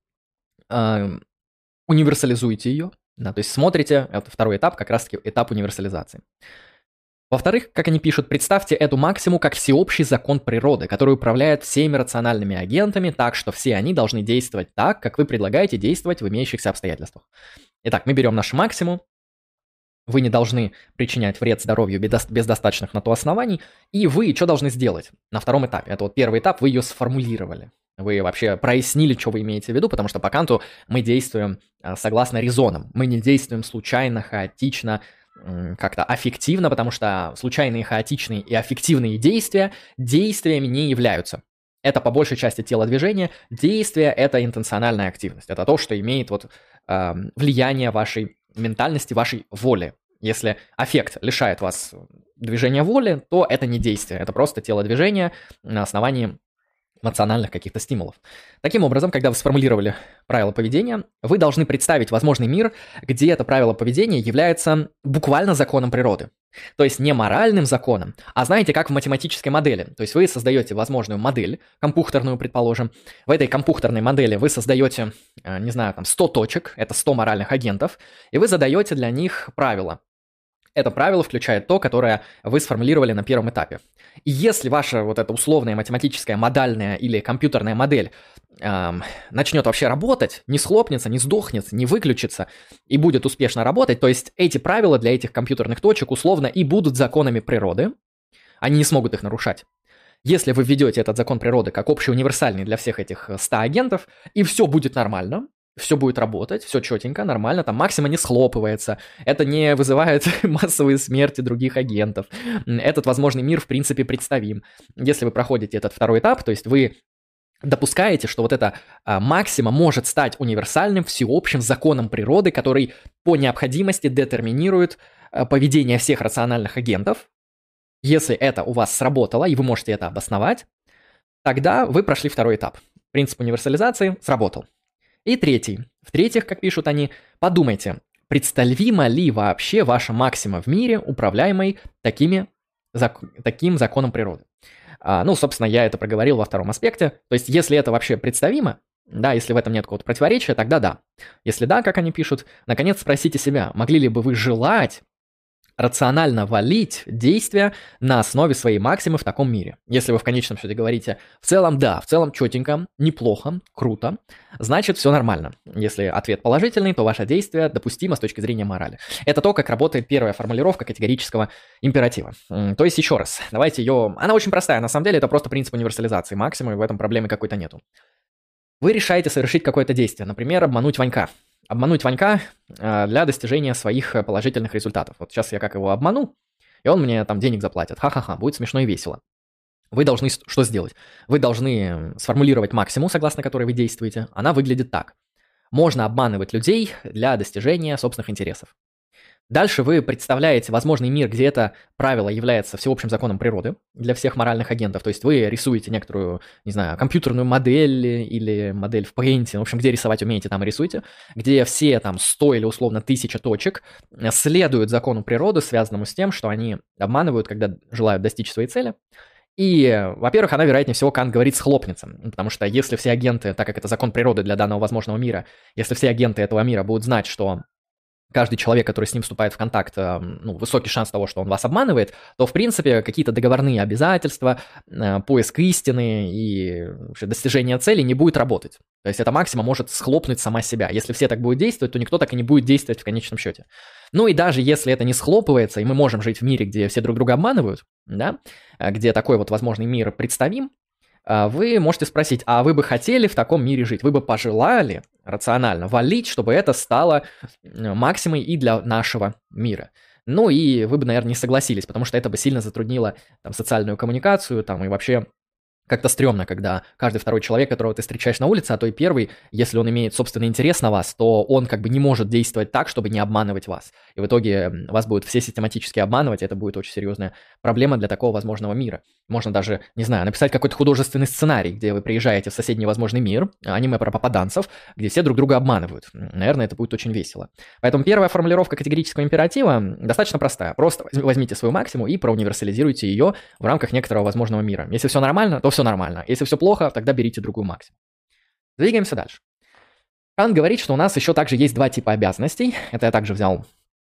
универсализуете ее, то есть смотрите, это второй этап, как раз-таки этап универсализации. Во-вторых, как они пишут, представьте эту максиму как всеобщий закон природы, который управляет всеми рациональными агентами так, что все они должны действовать так, как вы предлагаете действовать в имеющихся обстоятельствах. Итак, мы берем нашу максиму, вы не должны причинять вред здоровью без достаточных на то оснований, и вы что должны сделать на втором этапе? Это вот первый этап, вы ее сформулировали. Вы вообще прояснили, что вы имеете в виду, потому что по Канту мы действуем согласно резонам, мы не действуем случайно, хаотично, как-то аффективно, потому что случайные, хаотичные и аффективные действия действиями не являются. Это по большей части телодвижение, действие – это интенциональная активность, это то, что имеет влияние вашей ментальности, вашей воли. Если аффект лишает вас движения воли, то это не действие, это просто телодвижение на основании эмоциональных каких-то стимулов. Таким образом, когда вы сформулировали правила поведения, вы должны представить возможный мир, где это правило поведения является буквально законом природы. То есть не моральным законом, а знаете, как в математической модели. То есть вы создаете возможную модель, компьютерную, предположим. В этой компьютерной модели вы создаете, 100 точек, это 100 моральных агентов, и вы задаете для них правила. Это правило включает то, которое вы сформулировали на первом этапе. И если ваша вот эта условная математическая, модальная или компьютерная модель начнет вообще работать, не схлопнется, не сдохнется, не выключится и будет успешно работать, то есть эти правила для этих компьютерных точек условно и будут законами природы, они не смогут их нарушать. Если вы введете этот закон природы как общий универсальный для всех этих 100 агентов, и все будет нормально, все будет работать, все четенько, нормально, там максима не схлопывается, это не вызывает массовые смерти других агентов. Этот возможный мир, в принципе, представим. Если вы проходите этот второй этап, то есть вы допускаете, что вот эта максима может стать универсальным, всеобщим законом природы, который по необходимости детерминирует поведение всех рациональных агентов. Если это у вас сработало, и вы можете это обосновать, тогда вы прошли второй этап. Принцип универсализации сработал. И третий. В-третьих, как пишут они, подумайте, представима ли вообще ваша максима в мире, управляемой таким законом природы? Собственно, я это проговорил во втором аспекте. То есть, если это вообще представимо, да, если в этом нет какого-то противоречия, тогда да. Если да, как они пишут, наконец спросите себя, могли ли бы вы желать рационально валить действия на основе своей максимы в таком мире. Если вы в конечном счете говорите, в целом да, в целом четенько, неплохо, круто, значит все нормально. Если ответ положительный, то ваше действие допустимо с точки зрения морали. Это то, как работает первая формулировка категорического императива. То есть еще раз, давайте ее... Она очень простая, на самом деле это просто принцип универсализации максимума, и в этом проблемы какой-то нету. Вы решаете совершить какое-то действие, например, обмануть Ванька. Обмануть Ванька для достижения своих положительных результатов. Вот сейчас я как его обману, и он мне там денег заплатит. Ха-ха-ха, будет смешно и весело. Вы должны что сделать? Вы должны сформулировать максимум, согласно которой вы действуете. Она выглядит так. Можно обманывать людей для достижения собственных интересов. Дальше вы представляете возможный мир, где это правило является всеобщим законом природы для всех моральных агентов. То есть вы рисуете некоторую, не знаю, компьютерную модель или модель в Paint, в общем, где рисовать умеете, там и рисуйте, где все там 100 или условно 1000 точек следуют закону природы, связанному с тем, что они обманывают, когда желают достичь своей цели. И, во-первых, она, вероятнее всего, Кант говорит, схлопнется, потому что если все агенты, так как это закон природы для данного возможного мира, если все агенты этого мира будут знать, что каждый человек, который с ним вступает в контакт, высокий шанс того, что он вас обманывает, то, в принципе, какие-то договорные обязательства, поиск истины и вообще достижение цели не будет работать. То есть эта максима может схлопнуть сама себя. Если все так будут действовать, то никто так и не будет действовать в конечном счете. Ну и даже если это не схлопывается, и мы можем жить в мире, где все друг друга обманывают, да, где такой вот возможный мир представим, вы можете спросить, а вы бы хотели в таком мире жить? Вы бы пожелали рационально валить, чтобы это стало максимой и для нашего мира? Ну и вы бы, наверное, не согласились, потому что это бы сильно затруднило там, социальную коммуникацию там, и вообще как-то стрёмно, когда каждый второй человек, которого ты встречаешь на улице, а то и первый, если он имеет собственный интерес на вас, то он как бы не может действовать так, чтобы не обманывать вас. И в итоге вас будут все систематически обманывать, и это будет очень серьезная проблема для такого возможного мира. Можно даже, не знаю, написать какой-то художественный сценарий, где вы приезжаете в соседний возможный мир, аниме про попаданцев, где все друг друга обманывают. Наверное, это будет очень весело. Поэтому первая формулировка категорического императива достаточно простая. Просто возьмите свою максиму и проуниверсализируйте ее в рамках некоторого возможного мира. Если все нормально, то все нормально. Если все плохо, тогда берите другую максимум. Двигаемся дальше. Кант говорит, что у нас еще также есть два типа обязанностей. Это я также взял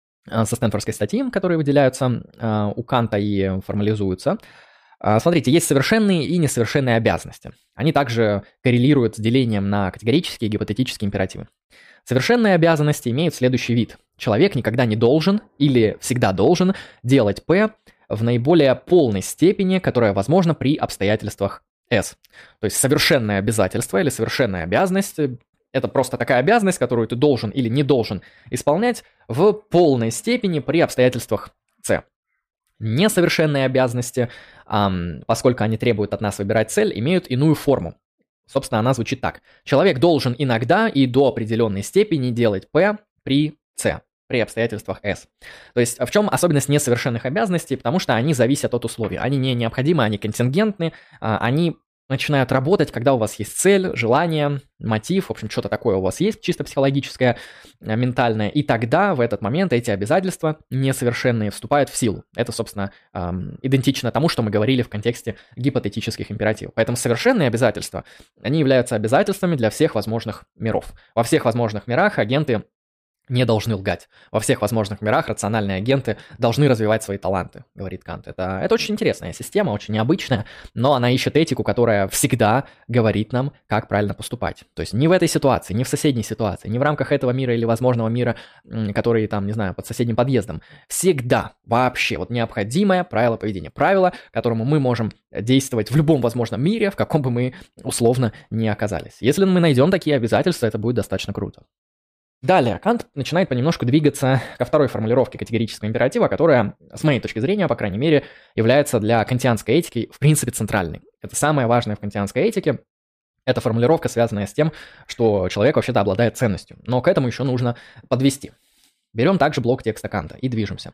со стэнфордской статьи, которые выделяются у Канта и формализуются. Смотрите, есть совершенные и несовершенные обязанности. Они также коррелируют с делением на категорические и гипотетические императивы. Совершенные обязанности имеют следующий вид. Человек никогда не должен или всегда должен делать П в наиболее полной степени, которая возможна при обстоятельствах S. То есть совершенное обязательство или совершенная обязанность – это просто такая обязанность, которую ты должен или не должен исполнять в полной степени при обстоятельствах C. Несовершенные обязанности, поскольку они требуют от нас выбирать цель, имеют иную форму. Собственно, она звучит так. Человек должен иногда и до определенной степени делать P при C, при обстоятельствах S. То есть в чем особенность несовершенных обязанностей? Потому что они зависят от условий. Они не необходимы, они контингентны, они начинают работать, когда у вас есть цель, желание, мотив, в общем, что-то такое у вас есть, чисто психологическое, ментальное, и тогда в этот момент эти обязательства несовершенные вступают в силу. Это, собственно, идентично тому, что мы говорили в контексте гипотетических императивов. Поэтому совершенные обязательства, они являются обязательствами для всех возможных миров. Во всех возможных мирах агенты не должны лгать. Во всех возможных мирах рациональные агенты должны развивать свои таланты, говорит Кант. Это очень интересная система, очень необычная, но она ищет этику, которая всегда говорит нам, как правильно поступать. То есть не в этой ситуации, не в соседней ситуации, не в рамках этого мира или возможного мира, который там, не знаю, под соседним подъездом. Всегда, вообще, вот необходимое правило поведения. Правило, которому мы можем действовать в любом возможном мире, в каком бы мы условно ни оказались. Если мы найдем такие обязательства, это будет достаточно круто. Далее, Кант начинает понемножку двигаться ко второй формулировке категорического императива, которая, с моей точки зрения, по крайней мере, является для кантианской этики, в принципе, центральной. Это самое важное в кантианской этике. Это формулировка, связанная с тем, что человек вообще-то обладает ценностью. Но к этому еще нужно подвести. Берем также блок текста Канта и движемся.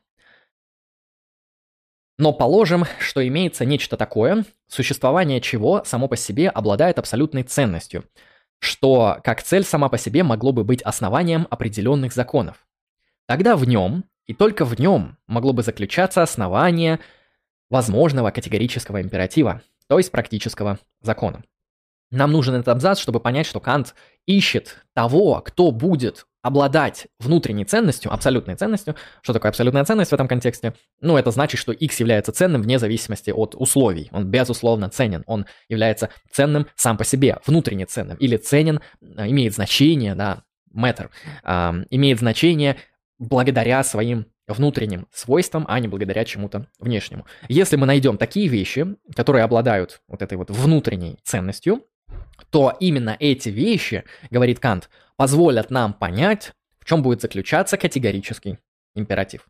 Но положим, что имеется нечто такое, существование чего само по себе обладает абсолютной ценностью, что как цель сама по себе могло бы быть основанием определенных законов. Тогда в нем, и только в нем, могло бы заключаться основание возможного категорического императива, то есть практического закона. Нам нужен этот абзац, чтобы понять, что Кант ищет того, кто будет обладать внутренней ценностью, абсолютной ценностью. Что такое абсолютная ценность в этом контексте? Ну, это значит, что X является ценным вне зависимости от условий. Он безусловно ценен. Он является ценным сам по себе, внутренне ценным. Или ценен, имеет значение, да, matter, имеет значение благодаря своим внутренним свойствам, а не благодаря чему-то внешнему. Если мы найдем такие вещи, которые обладают вот этой вот внутренней ценностью, то именно эти вещи, говорит Кант, позволят нам понять, в чем будет заключаться категорический императив.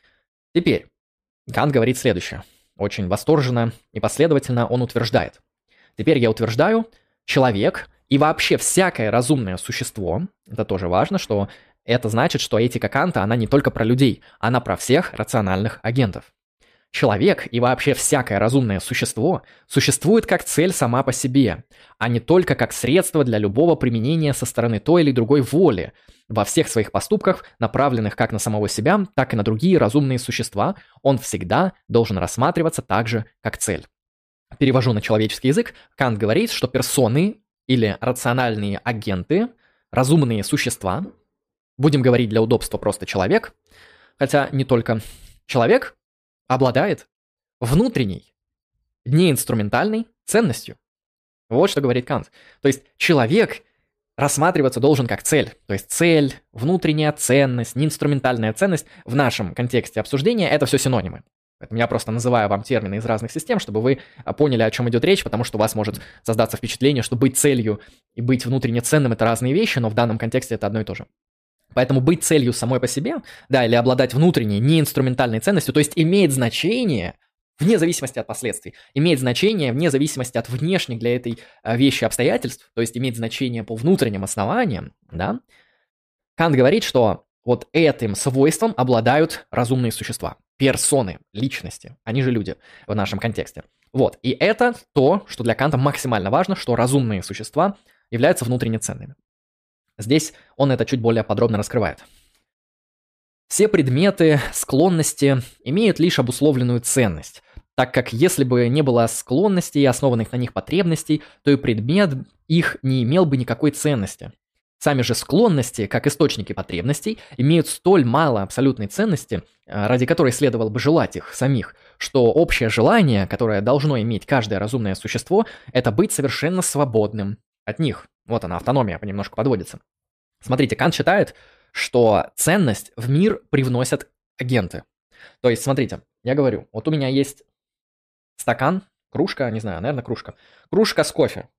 Теперь Кант говорит следующее. Очень восторженно и последовательно он утверждает. Теперь я утверждаю, человек и вообще всякое разумное существо, это тоже важно, что это значит, что этика Канта, она не только про людей, она про всех рациональных агентов. Человек и вообще всякое разумное существо существует как цель сама по себе, а не только как средство для любого применения со стороны той или другой воли. Во всех своих поступках, направленных как на самого себя, так и на другие разумные существа, он всегда должен рассматриваться также как цель. Перевожу на человеческий язык. Кант говорит, что персоны или рациональные агенты, разумные существа, будем говорить для удобства просто человек, хотя не только человек, обладает внутренней, неинструментальной ценностью. Вот что говорит Кант. То есть человек рассматриваться должен как цель. То есть цель, внутренняя ценность, неинструментальная ценность в нашем контексте обсуждения – это все синонимы. Поэтому я просто называю вам термины из разных систем, чтобы вы поняли, о чем идет речь, потому что у вас может создаться впечатление, что быть целью и быть внутренне ценным – это разные вещи, но в данном контексте это одно и то же. Поэтому быть целью самой по себе, да, или обладать внутренней, неинструментальной ценностью, то есть имеет значение вне зависимости от последствий, имеет значение вне зависимости от внешних для этой вещи обстоятельств, то есть имеет значение по внутренним основаниям, да. Кант говорит, что вот этим свойством обладают разумные существа, персоны, личности, они же люди в нашем контексте. Вот, и это то, что для Канта максимально важно, что разумные существа являются внутренне ценными. Здесь он это чуть более подробно раскрывает. Все предметы, склонности имеют лишь обусловленную ценность, так как если бы не было склонностей и основанных на них потребностей, то и предмет их не имел бы никакой ценности. Сами же склонности, как источники потребностей, имеют столь мало абсолютной ценности, ради которой следовало бы желать их самих, что общее желание, которое должно иметь каждое разумное существо, это быть совершенно свободным от них. Вот она, автономия понемножку подводится. Смотрите, Кант считает, что ценность в мир привносят агенты. То есть, смотрите, я говорю, вот у меня есть стакан, кружка, не знаю, наверное, кружка. Кружка с кофе.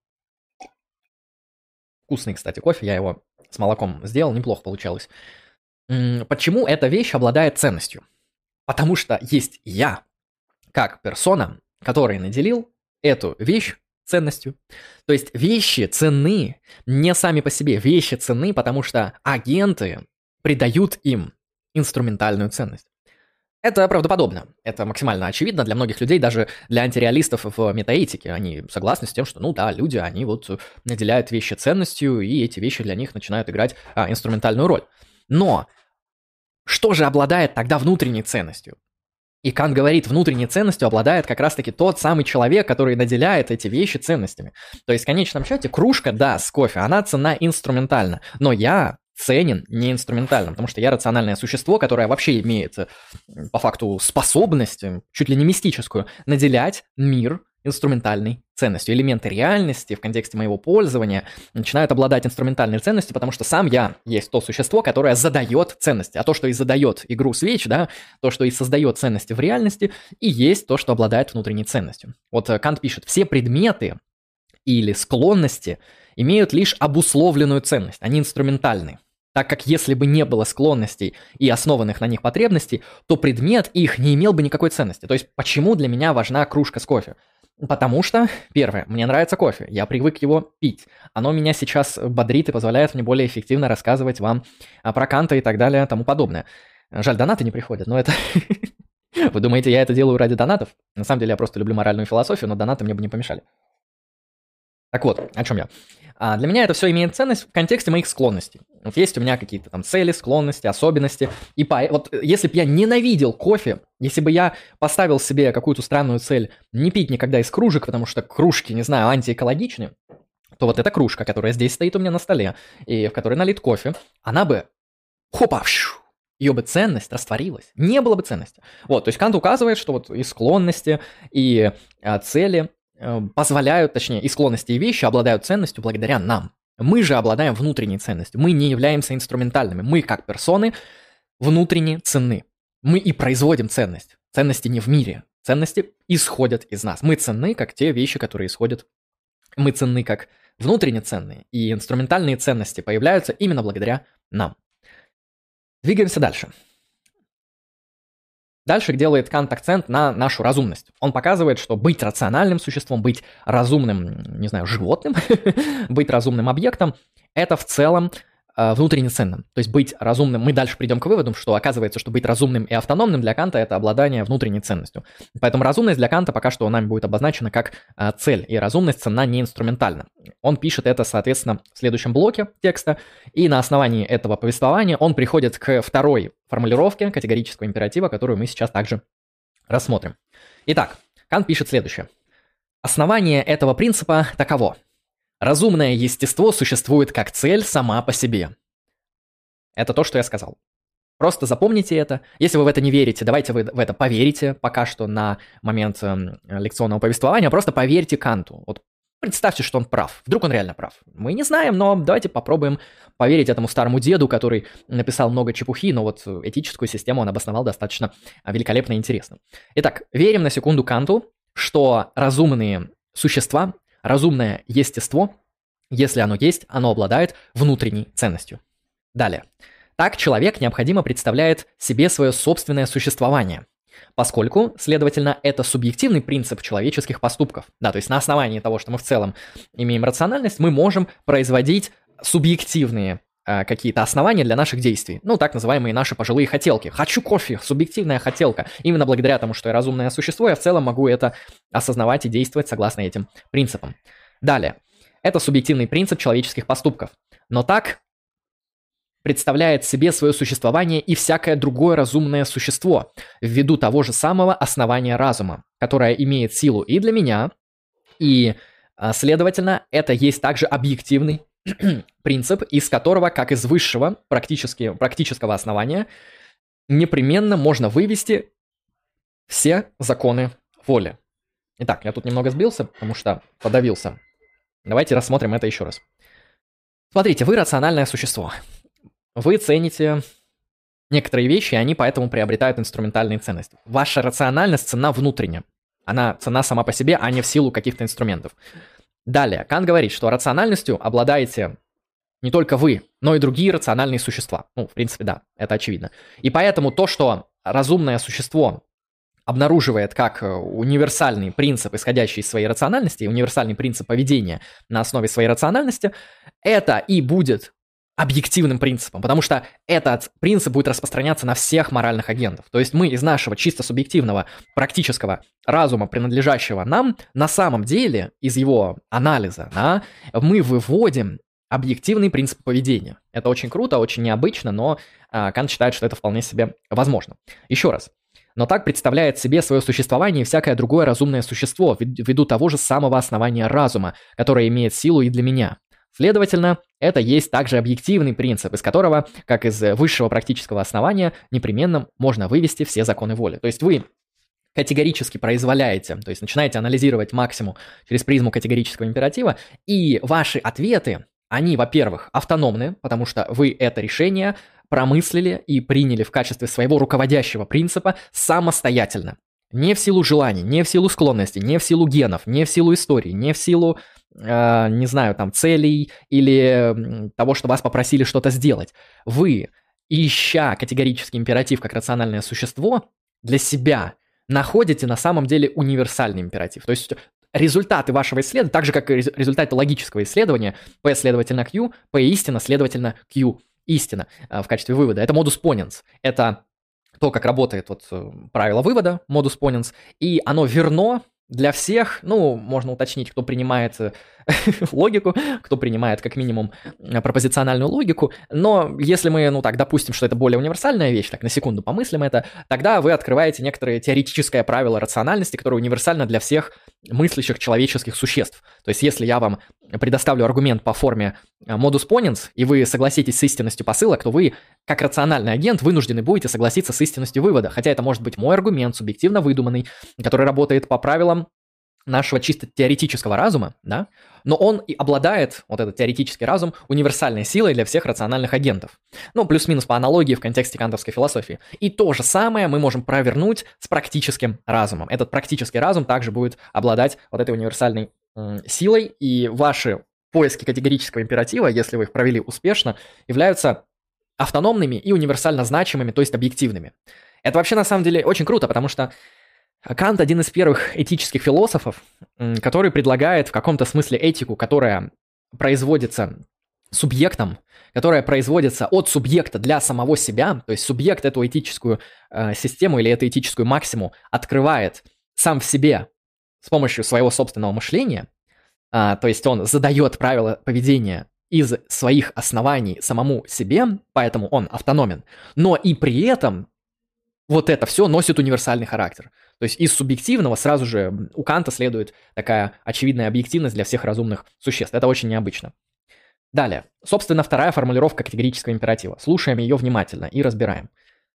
Вкусный, кстати, кофе, я его с молоком сделал, неплохо получалось. Почему эта вещь обладает ценностью? Потому что есть я, как персона, который наделил эту вещь ценностью. То есть вещи ценны не сами по себе, вещи ценны, потому что агенты придают им инструментальную ценность. Это правдоподобно, это максимально очевидно для многих людей, даже для антиреалистов в метаэтике. Они согласны с тем, что, ну да, люди, они вот наделяют вещи ценностью, и эти вещи для них начинают играть инструментальную роль. Но что же обладает тогда внутренней ценностью? И Кант говорит, внутренней ценностью обладает как раз-таки тот самый человек, который наделяет эти вещи ценностями. То есть в конечном счете кружка, да, с кофе, она ценна инструментально, но я ценен не инструментально, потому что я рациональное существо, которое вообще имеет по факту способность, чуть ли не мистическую, наделять мир инструментальной ценностью. Элементы реальности в контексте моего пользования начинают обладать инструментальной ценностью, потому что сам я есть то существо, которое задает ценности. А то, что и задает игру свеч, да, то, что и создает ценности в реальности, и есть то, что обладает внутренней ценностью. Вот Кант пишет, все предметы или склонности имеют лишь обусловленную ценность, они инструментальны. Так как если бы не было склонностей и основанных на них потребностей, то предмет их не имел бы никакой ценности. То есть почему для меня важна кружка с кофе? Потому что, первое, мне нравится кофе, я привык его пить. Оно меня сейчас бодрит и позволяет мне более эффективно рассказывать вам про Канта и так далее, тому подобное. Жаль, донаты не приходят, но это... Вы думаете, я это делаю ради донатов? На самом деле я просто люблю моральную философию, но донаты мне бы не помешали. Так вот, о чем я? Для меня это все имеет ценность в контексте моих склонностей. Вот есть у меня какие-то там цели, склонности, особенности. И вот если бы я ненавидел кофе, если бы я поставил себе какую-то странную цель не пить никогда из кружек, потому что кружки, не знаю, антиэкологичны, то вот эта кружка, которая здесь стоит у меня на столе, и в которой налит кофе, она бы хопа, ее бы ценность растворилась, не было бы ценности. Вот, то есть Кант указывает, что вот и склонности, и цели позволяют, точнее, и склонности, и вещи обладают ценностью благодаря нам. Мы же обладаем внутренней ценностью, мы не являемся инструментальными, мы как персоны внутренне ценны. Мы и производим ценность. Ценности не в мире, ценности исходят из нас. Мы ценны, как те вещи, которые исходят. Мы ценны, как внутренне ценные, и инструментальные ценности появляются именно благодаря нам. Двигаемся дальше. Дальше делает Кант акцент на нашу разумность. Он показывает, что быть рациональным существом, быть разумным, не знаю, животным, быть разумным объектом – это в целом внутренне ценным. То есть быть разумным, мы дальше придем к выводу, что оказывается, что быть разумным и автономным для Канта – это обладание внутренней ценностью. Поэтому разумность для Канта пока что нами будет обозначена как цель, и разумность ценна не инструментально. Он пишет это, соответственно, в следующем блоке текста, и на основании этого повествования он приходит к второй формулировке категорического императива, которую мы сейчас также рассмотрим. Итак, Кант пишет следующее. Основание этого принципа таково. Разумное естество существует как цель сама по себе. Это то, что я сказал. Просто запомните это. Если вы в это не верите, давайте вы в это поверите пока что на момент лекционного повествования. Просто поверьте Канту. Вот представьте, что он прав. Вдруг он реально прав. Мы не знаем, но давайте попробуем поверить этому старому деду, который написал много чепухи, но вот этическую систему он обосновал достаточно великолепно и интересно. Итак, верим на секунду Канту, что разумные существа, разумное естество, если оно есть, оно обладает внутренней ценностью. Далее. Так человек необходимо представляет себе свое собственное существование, поскольку, следовательно, это субъективный принцип человеческих поступков. Да, то есть на основании того, что мы в целом имеем рациональность, мы можем производить субъективные какие-то основания для наших действий. Ну, так называемые наши пожилые хотелки. Хочу кофе, субъективная хотелка. Именно благодаря тому, что я разумное существо, я в целом могу это осознавать и действовать согласно этим принципам. Далее. Это субъективный принцип человеческих поступков. Но так представляет себе свое существование и всякое другое разумное существо, ввиду того же самого основания разума, которое имеет силу и для меня, и, следовательно, это есть также объективный принцип, из которого, как из высшего практического основания, непременно можно вывести все законы воли. Итак, я тут немного сбился, потому что подавился. Давайте рассмотрим это еще раз. Смотрите, вы рациональное существо. Вы цените некоторые вещи, и они поэтому приобретают инструментальные ценности. Ваша рациональность ценна внутренне. Она ценна сама по себе, а не в силу каких-то инструментов. Далее, Кант говорит, что рациональностью обладаете не только вы, но и другие рациональные существа. Ну, в принципе, да, это очевидно. И поэтому то, что разумное существо обнаруживает как универсальный принцип, исходящий из своей рациональности, универсальный принцип поведения на основе своей рациональности, это и будет объективным принципом, потому что этот принцип будет распространяться на всех моральных агентов. То есть мы из нашего чисто субъективного практического разума, принадлежащего нам, на самом деле из его анализа, мы выводим объективный принцип поведения. Это очень круто, очень необычно, но Кант считает, что это вполне себе возможно. Еще раз. Но так представляет себе свое существование и всякое другое разумное существо, ввиду того же самого основания разума, которое имеет силу и для меня. Следовательно, это есть также объективный принцип, из которого, как из высшего практического основания, непременно можно вывести все законы воли. То есть вы категорически произволяете, то есть начинаете анализировать максимум через призму категорического императива, и ваши ответы, они, во-первых, автономны, потому что вы это решение промыслили и приняли в качестве своего руководящего принципа самостоятельно. Не в силу желаний, не в силу склонностей, не в силу генов, не в силу истории, не в силу, не знаю, там, целей или того, что вас попросили что-то сделать. Вы, ища категорический императив как рациональное существо, для себя находите на самом деле универсальный императив. То есть результаты вашего исследования, так же, как и результаты логического исследования, P, следовательно, Q, P истина, следовательно, Q истина в качестве вывода. Это modus ponens. Это то, как работает вот правило вывода, modus ponens, и оно верно для всех, ну, можно уточнить, кто принимает логику, кто принимает как минимум пропозициональную логику, но если мы, ну так, допустим, что это более универсальная вещь, так, на секунду помыслим это, тогда вы открываете некоторое теоретическое правило рациональности, которое универсально для всех мыслящих человеческих существ. То есть если я вам предоставлю аргумент по форме modus ponens, и вы согласитесь с истинностью посылок, то вы как рациональный агент, вынуждены будете согласиться с истинностью вывода, хотя это может быть мой аргумент, субъективно выдуманный, который работает по правилам нашего чисто теоретического разума, да, но он и обладает, вот этот теоретический разум, универсальной силой для всех рациональных агентов. Ну, плюс-минус по аналогии в контексте кантовской философии. И то же самое мы можем провернуть с практическим разумом. Этот практический разум также будет обладать вот этой универсальной силой, и ваши поиски категорического императива, если вы их провели успешно, являются автономными и универсально значимыми, то есть объективными. Это вообще на самом деле очень круто, потому что Кант один из первых этических философов, который предлагает в каком-то смысле этику, которая производится субъектом, которая производится от субъекта для самого себя, то есть субъект эту этическую систему или эту этическую максиму открывает сам в себе с помощью своего собственного мышления, то есть он задает правила поведения из своих оснований самому себе, поэтому он автономен, но и при этом вот это все носит универсальный характер. То есть из субъективного сразу же у Канта следует такая очевидная объективность для всех разумных существ. Это очень необычно. Далее. Собственно, вторая формулировка категорического императива. Слушаем ее внимательно и разбираем.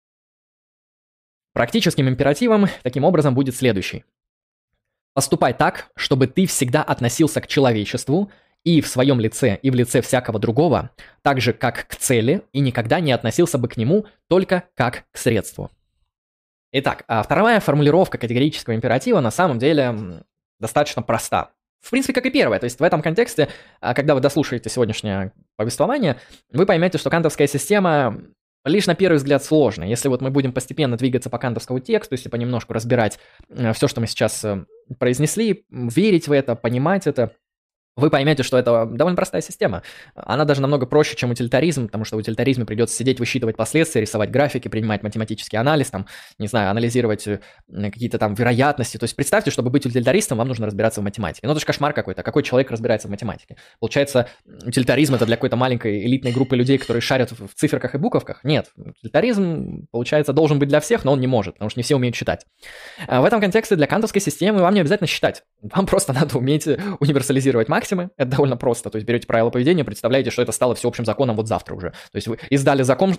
Практическим императивом таким образом будет следующий. Поступай так, чтобы ты всегда относился к человечеству и в своем лице, и в лице всякого другого, так же, как к цели, и никогда не относился бы к нему только как к средству. Итак, вторая формулировка категорического императива на самом деле достаточно проста. В принципе, как и первая. То есть в этом контексте, когда вы дослушаете сегодняшнее повествование, вы поймете, что кантовская система лишь на первый взгляд сложная. Если вот мы будем постепенно двигаться по кантовскому тексту, если понемножку разбирать все, что мы сейчас произнесли, верить в это, понимать это, вы поймете, что это довольно простая система. Она даже намного проще, чем утилитаризм, потому что в утилитаризме придется сидеть, высчитывать последствия, рисовать графики, принимать математический анализ, там, не знаю, анализировать какие-то там вероятности. То есть представьте, чтобы быть утилитаристом, вам нужно разбираться в математике. Ну, это же кошмар какой-то. Какой человек разбирается в математике? Получается, утилитаризм — это для какой-то маленькой элитной группы людей, которые шарят в циферках и буковках? Нет. Утилитаризм, получается, должен быть для всех, но он не может, потому что не все умеют считать. В этом контексте для кантовской системы вам не обязательно считать. Вам просто надо уметь универсализировать максимум. Это довольно просто. То есть берете правила поведения, представляете, что это стало всеобщим законом вот завтра уже. То есть вы издали закон,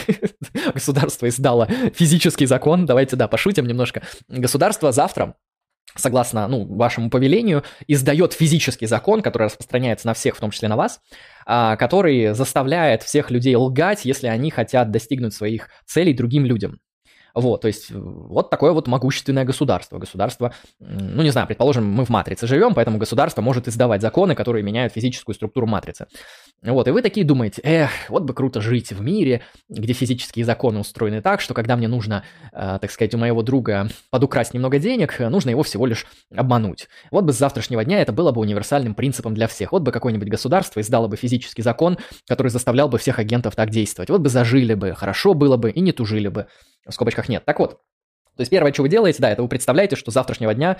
государство издало физический закон, давайте, да, пошутим немножко. Государство завтра, согласно, вашему повелению, издает физический закон, который распространяется на всех, в том числе на вас, который заставляет всех людей лгать, если они хотят достигнуть своих целей другим людям. Вот, то есть вот такое вот могущественное государство. Государство, не знаю, предположим, мы в матрице живем, поэтому государство может издавать законы, которые меняют физическую структуру матрицы. Вот, и вы такие думаете, вот бы круто жить в мире, где физические законы устроены так, что когда мне нужно, так сказать, у моего друга подукрасть немного денег, нужно его всего лишь обмануть. Вот бы с завтрашнего дня это было бы универсальным принципом для всех. Вот бы какое-нибудь государство издало бы физический закон, который заставлял бы всех агентов так действовать. Вот бы зажили бы, хорошо было бы и не тужили бы. В скобочках нет. Так вот, то есть первое, что вы делаете, да, это вы представляете, что с завтрашнего дня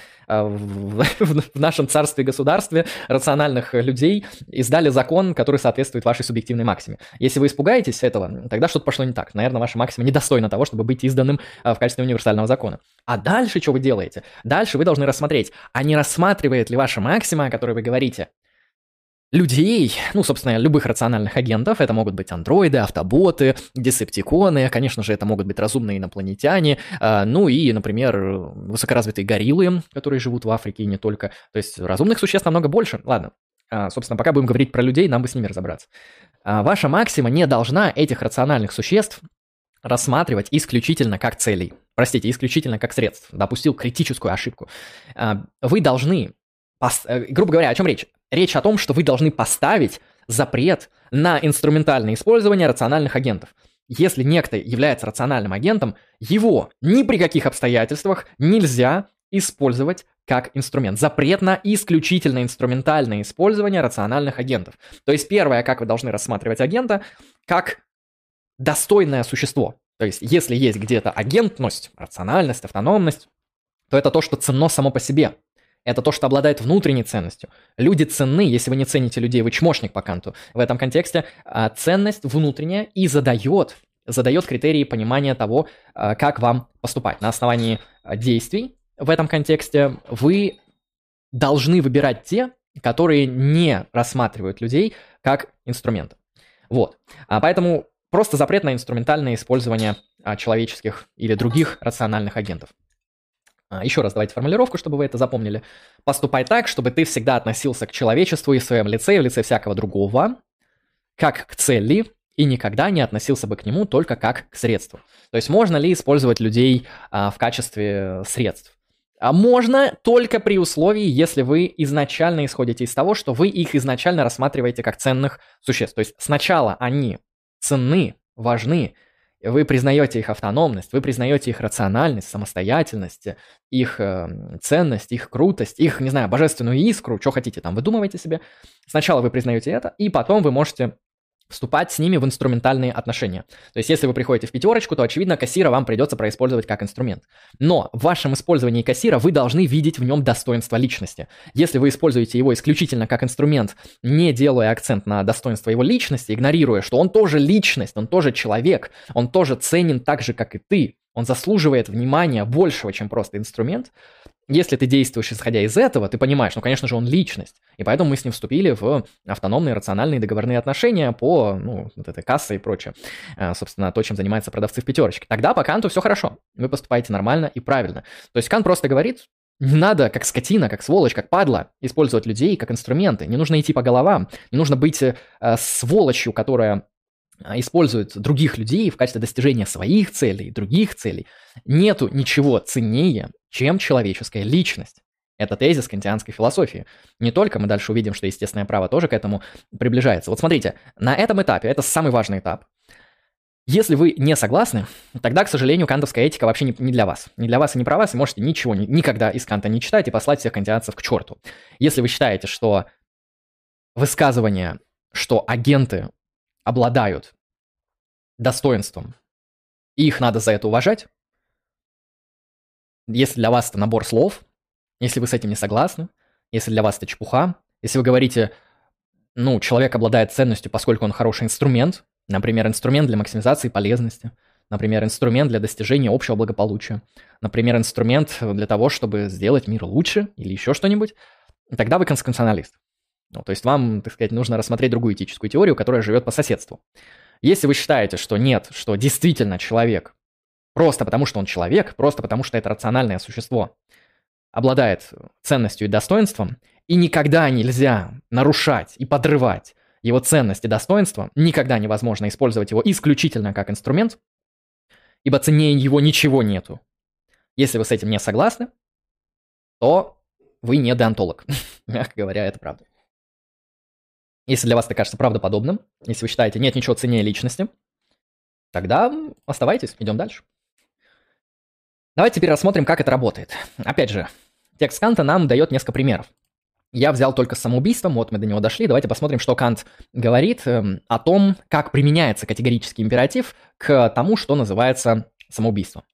в нашем царстве-государстве рациональных людей издали закон, который соответствует вашей субъективной максиме. Если вы испугаетесь этого, тогда что-то пошло не так. Наверное, ваша максима недостойна того, чтобы быть изданным в качестве универсального закона. А дальше что вы делаете? Дальше вы должны рассмотреть, а не рассматривает ли ваша максима, о которой вы говорите, людей, собственно, любых рациональных агентов, это могут быть андроиды, автоботы, десептиконы, конечно же, это могут быть разумные инопланетяне, и, например, высокоразвитые гориллы, которые живут в Африке и не только. То есть разумных существ намного больше. Ладно, собственно, пока будем говорить про людей, нам бы с ними разобраться. Ваша максима не должна этих рациональных существ рассматривать исключительно как целей. Простите, исключительно как средств. Допустил критическую ошибку. Вы должны, грубо говоря, о чем речь? Речь о том, что вы должны поставить запрет на инструментальное использование рациональных агентов. Если некто является рациональным агентом, его ни при каких обстоятельствах нельзя использовать как инструмент. Запрет на исключительно инструментальное использование рациональных агентов. То есть первое, как вы должны рассматривать агента, как достойное существо. То есть если есть где-то агентность, рациональность, автономность, то это то, что ценно само по себе. Это то, что обладает внутренней ценностью. Люди ценны, если вы не цените людей, вы чмошник по Канту. В этом контексте ценность внутренняя и задает критерии понимания того, как вам поступать. На основании действий в этом контексте вы должны выбирать те, которые не рассматривают людей как инструменты. Вот. Поэтому просто запрет на инструментальное использование человеческих или других рациональных агентов. Еще раз давайте формулировку, чтобы вы это запомнили. Поступай так, чтобы ты всегда относился к человечеству и в своем лице, и в лице всякого другого, как к цели, и никогда не относился бы к нему только как к средству. То есть можно ли использовать людей в качестве средств? Можно только при условии, если вы изначально исходите из того, что вы их изначально рассматриваете как ценных существ. То есть сначала они ценны, важны, вы признаете их автономность, вы признаете их рациональность, самостоятельность, их ценность, их крутость, их, не знаю, божественную искру, что хотите там, выдумываете себе. Сначала вы признаете это, и потом вы можете вступать с ними в инструментальные отношения. То есть, если вы приходите в пятерочку, то, очевидно, кассира вам придется происпользовать как инструмент. Но в вашем использовании кассира вы должны видеть в нем достоинство личности. Если вы используете его исключительно как инструмент, не делая акцент на достоинство его личности, игнорируя, что он тоже личность, он тоже человек, он тоже ценен так же, как и ты, он заслуживает внимания большего, чем просто инструмент. Если ты действуешь исходя из этого, ты понимаешь, ну, конечно же, он личность. И поэтому мы с ним вступили в автономные, рациональные договорные отношения по, вот этой кассе и прочее. Собственно, то, чем занимаются продавцы в пятерочке. Тогда по Канту все хорошо. Вы поступаете нормально и правильно. То есть Кант просто говорит, не надо, как скотина, как сволочь, как падла, использовать людей как инструменты. Не нужно идти по головам. Не нужно быть сволочью, которая использует других людей в качестве достижения своих целей, других целей. Нету ничего ценнее, чем человеческая личность. Это тезис кантианской философии. Не только, мы дальше увидим, что естественное право тоже к этому приближается. Вот смотрите, на этом этапе, это самый важный этап. Если вы не согласны, тогда, к сожалению, кантовская этика вообще не для вас. Не для вас и не про вас, и можете ничего никогда из Канта не читать и послать всех кантианцев к черту. Если вы считаете, что высказывание, что агенты обладают достоинством, и их надо за это уважать, если для вас это набор слов, если вы с этим не согласны, если для вас это чепуха, если вы говорите, человек обладает ценностью, поскольку он хороший инструмент, например, инструмент для максимизации полезности, например, инструмент для достижения общего благополучия, например, инструмент для того, чтобы сделать мир лучше или еще что-нибудь, тогда вы конституционалист. То есть вам, так сказать, нужно рассмотреть другую этическую теорию, которая живет по соседству. Если вы считаете, что нет, что действительно человек, просто потому что он человек, просто потому что это рациональное существо, обладает ценностью и достоинством, и никогда нельзя нарушать и подрывать его ценность и достоинство, никогда невозможно использовать его исключительно как инструмент, ибо ценнее его ничего нету. Если вы с этим не согласны, то вы не деонтолог. Мягко говоря, это правда. Если для вас это кажется правдоподобным, если вы считаете, нет ничего ценнее личности, тогда оставайтесь, идем дальше. Давайте теперь рассмотрим, как это работает. Опять же, текст Канта нам дает несколько примеров. Я взял только самоубийством, вот мы до него дошли. Давайте посмотрим, что Кант говорит о том, как применяется категорический императив к тому, что называется самоубийством.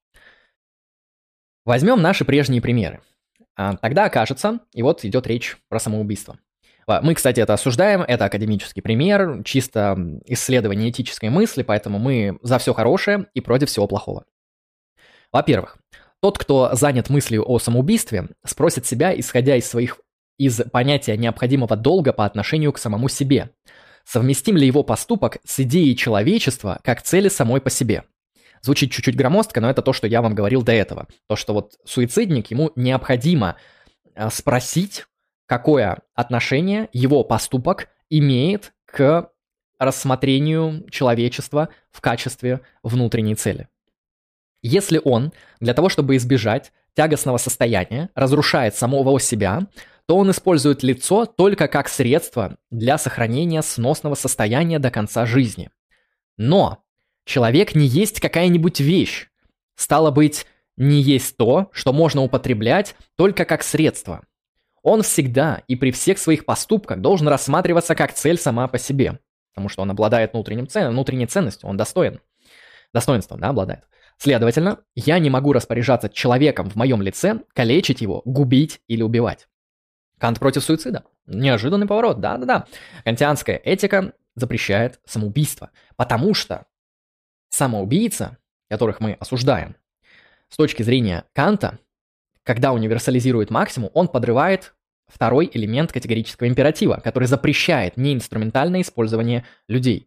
Возьмем наши прежние примеры. Тогда окажется, и вот идет речь про самоубийство. Мы, кстати, это осуждаем, это академический пример, чисто исследование этической мысли, поэтому мы за все хорошее и против всего плохого. Во-первых, тот, кто занят мыслью о самоубийстве, спросит себя, исходя из понятия необходимого долга по отношению к самому себе, совместим ли его поступок с идеей человечества как цели самой по себе. Звучит чуть-чуть громоздко, но это то, что я вам говорил до этого. То, что вот суицидник, ему необходимо спросить, какое отношение его поступок имеет к рассмотрению человечества в качестве внутренней цели. Если он для того, чтобы избежать тягостного состояния, разрушает самого себя, то он использует лицо только как средство для сохранения сносного состояния до конца жизни. Но человек не есть какая-нибудь вещь. Стало быть, не есть то, что можно употреблять только как средство. Он всегда и при всех своих поступках должен рассматриваться как цель сама по себе, потому что он обладает внутренней ценностью, он достоин. Достоинством, да, обладает. Следовательно, я не могу распоряжаться человеком в моем лице, калечить его, губить или убивать. Кант против суицида. Неожиданный поворот, да-да-да. Кантианская этика запрещает самоубийство, потому что самоубийца, которых мы осуждаем, с точки зрения Канта, когда универсализирует максимум, он подрывает второй элемент категорического императива, который запрещает неинструментальное использование людей.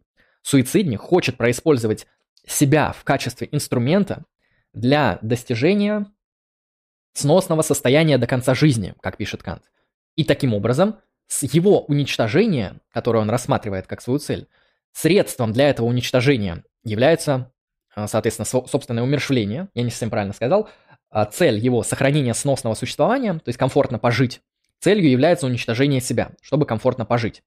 Суицидник хочет происпользовать себя в качестве инструмента для достижения сносного состояния до конца жизни, как пишет Кант. И таким образом, с его уничтожения, которое он рассматривает как свою цель, средством для этого уничтожения является, соответственно, собственное умерщвление, я не совсем правильно сказал, цель его сохранения сносного существования, то есть комфортно пожить, целью является уничтожение себя, чтобы комфортно пожить.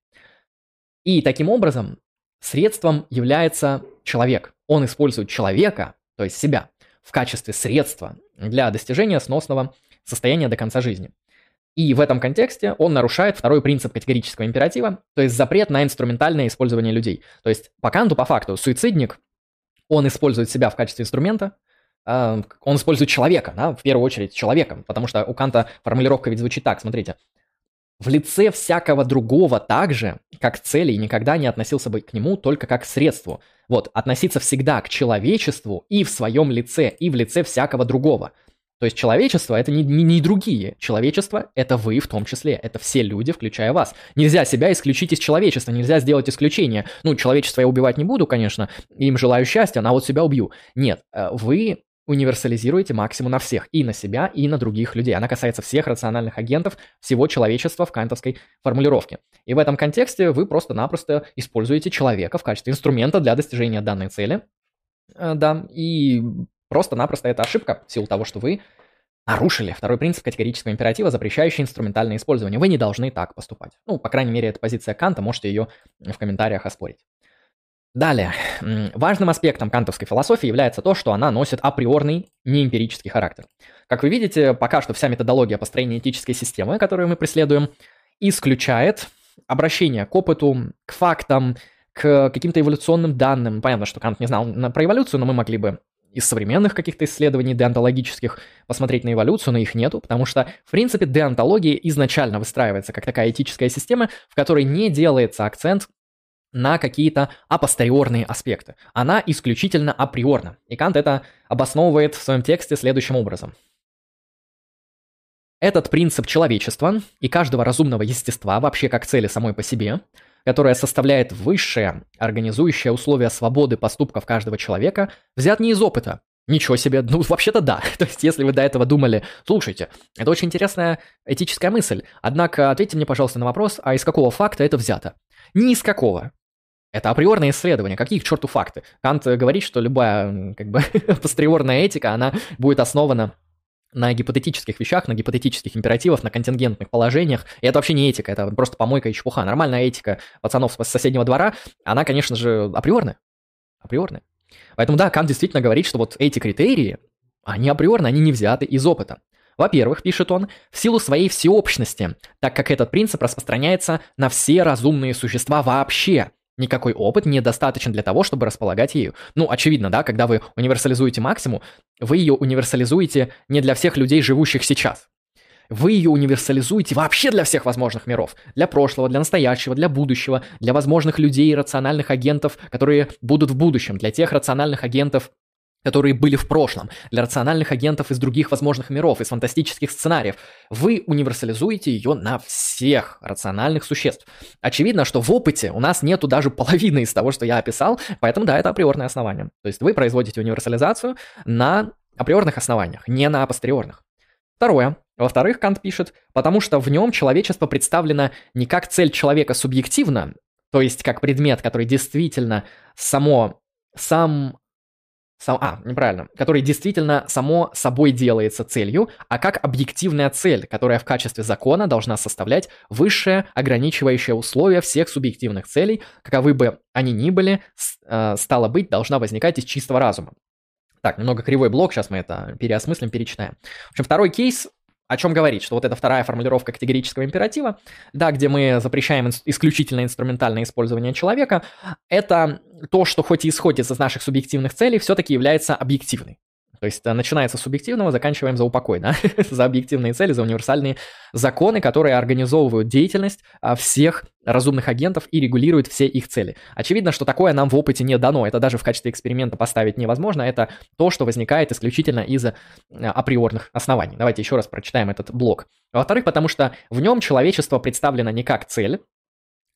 И таким образом средством является человек. Он использует человека, то есть себя, в качестве средства для достижения сносного состояния до конца жизни. И в этом контексте он нарушает второй принцип категорического императива, то есть запрет на инструментальное использование людей. То есть по Канту, по факту, суицидник, он использует себя в качестве инструмента, он использует человека, да, в первую очередь человеком, потому что у Канта формулировка ведь звучит так, смотрите. В лице всякого другого так же, как цели, и никогда не относился бы к нему только как к средству. Вот, относиться всегда к человечеству и в своем лице, и в лице всякого другого. То есть человечество – это не другие. Человечество – это вы в том числе. Это все люди, включая вас. Нельзя себя исключить из человечества, нельзя сделать исключение. Ну, человечество я убивать не буду, конечно, им желаю счастья, но вот себя убью. Нет, вы универсализируете максимум на всех, и на себя, и на других людей. Она касается всех рациональных агентов, всего человечества в кантовской формулировке. И в этом контексте вы просто-напросто используете человека в качестве инструмента для достижения данной цели. Да, и просто-напросто это ошибка в силу того, что вы нарушили второй принцип категорического императива, запрещающий инструментальное использование. Вы не должны так поступать. Ну, по крайней мере, это позиция Канта, можете ее в комментариях оспорить. Далее, важным аспектом кантовской философии является то, что она носит априорный неэмпирический характер. Как вы видите, пока что вся методология построения этической системы, которую мы преследуем, исключает обращение к опыту, к фактам, к каким-то эволюционным данным. Понятно, что Кант не знал про эволюцию, но мы могли бы из современных каких-то исследований деонтологических посмотреть на эволюцию, но их нету, потому что, в принципе, деонтология изначально выстраивается как такая этическая система, в которой не делается акцент на какие-то апостериорные аспекты. Она исключительно априорна. И Кант это обосновывает в своем тексте следующим образом. Этот принцип человечества и каждого разумного естества вообще как цели самой по себе, которая составляет высшее организующее условие свободы поступков каждого человека, взят не из опыта. Ничего себе, ну вообще-то да. То есть если вы до этого думали, слушайте, это очень интересная этическая мысль, однако ответьте мне, пожалуйста, на вопрос, а из какого факта это взято? Ни из какого. Это априорное исследование. Какие к черту факты? Кант говорит, что любая постериорная этика, она будет основана на гипотетических вещах, на гипотетических императивах, на контингентных положениях. И это вообще не этика, это просто помойка и чепуха. Нормальная этика пацанов с соседнего двора, она, конечно же, априорная. Априорная. Поэтому да, Кант действительно говорит, что вот эти критерии, они априорны, они не взяты из опыта. Во-первых, пишет он, в силу своей всеобщности, так как этот принцип распространяется на все разумные существа вообще. Никакой опыт не достаточен для того, чтобы располагать ею. Ну, очевидно, да, когда вы универсализуете максимум, вы ее универсализуете не для всех людей, живущих сейчас. Вы ее универсализуете вообще для всех возможных миров. Для прошлого, для настоящего, для будущего, для возможных людей и рациональных агентов, которые будут в будущем, для тех рациональных агентов, которые были в прошлом, для рациональных агентов из других возможных миров, из фантастических сценариев. Вы универсализуете ее на всех рациональных существ. Очевидно, что в опыте у нас нету даже половины из того, что я описал, поэтому да, это априорное основание. То есть вы производите универсализацию на априорных основаниях, не на апостериорных. Второе. Во-вторых, Кант пишет, потому что в нем человечество представлено не как цель человека субъективно, то есть как предмет, который действительно который действительно само собой делается целью, а как объективная цель, которая в качестве закона должна составлять высшее ограничивающее условие всех субъективных целей, каковы бы они ни были, стало быть, должна возникать из чистого разума. Так, немного кривой блок, сейчас мы это переосмыслим, перечитаем. В общем, второй кейс, о чем говорит, что вот эта вторая формулировка категорического императива, да, где мы запрещаем исключительно инструментальное использование человека, это то, что хоть и исходит из наших субъективных целей, все-таки является объективной. То есть начинается с субъективного, заканчиваем за упокой, да? За объективные цели, за универсальные законы, которые организовывают деятельность всех разумных агентов и регулируют все их цели. Очевидно, что такое нам в опыте не дано, это даже в качестве эксперимента поставить невозможно, это то, что возникает исключительно из априорных оснований. Давайте еще раз прочитаем этот блок. Во-вторых, потому что в нем человечество представлено не как цель,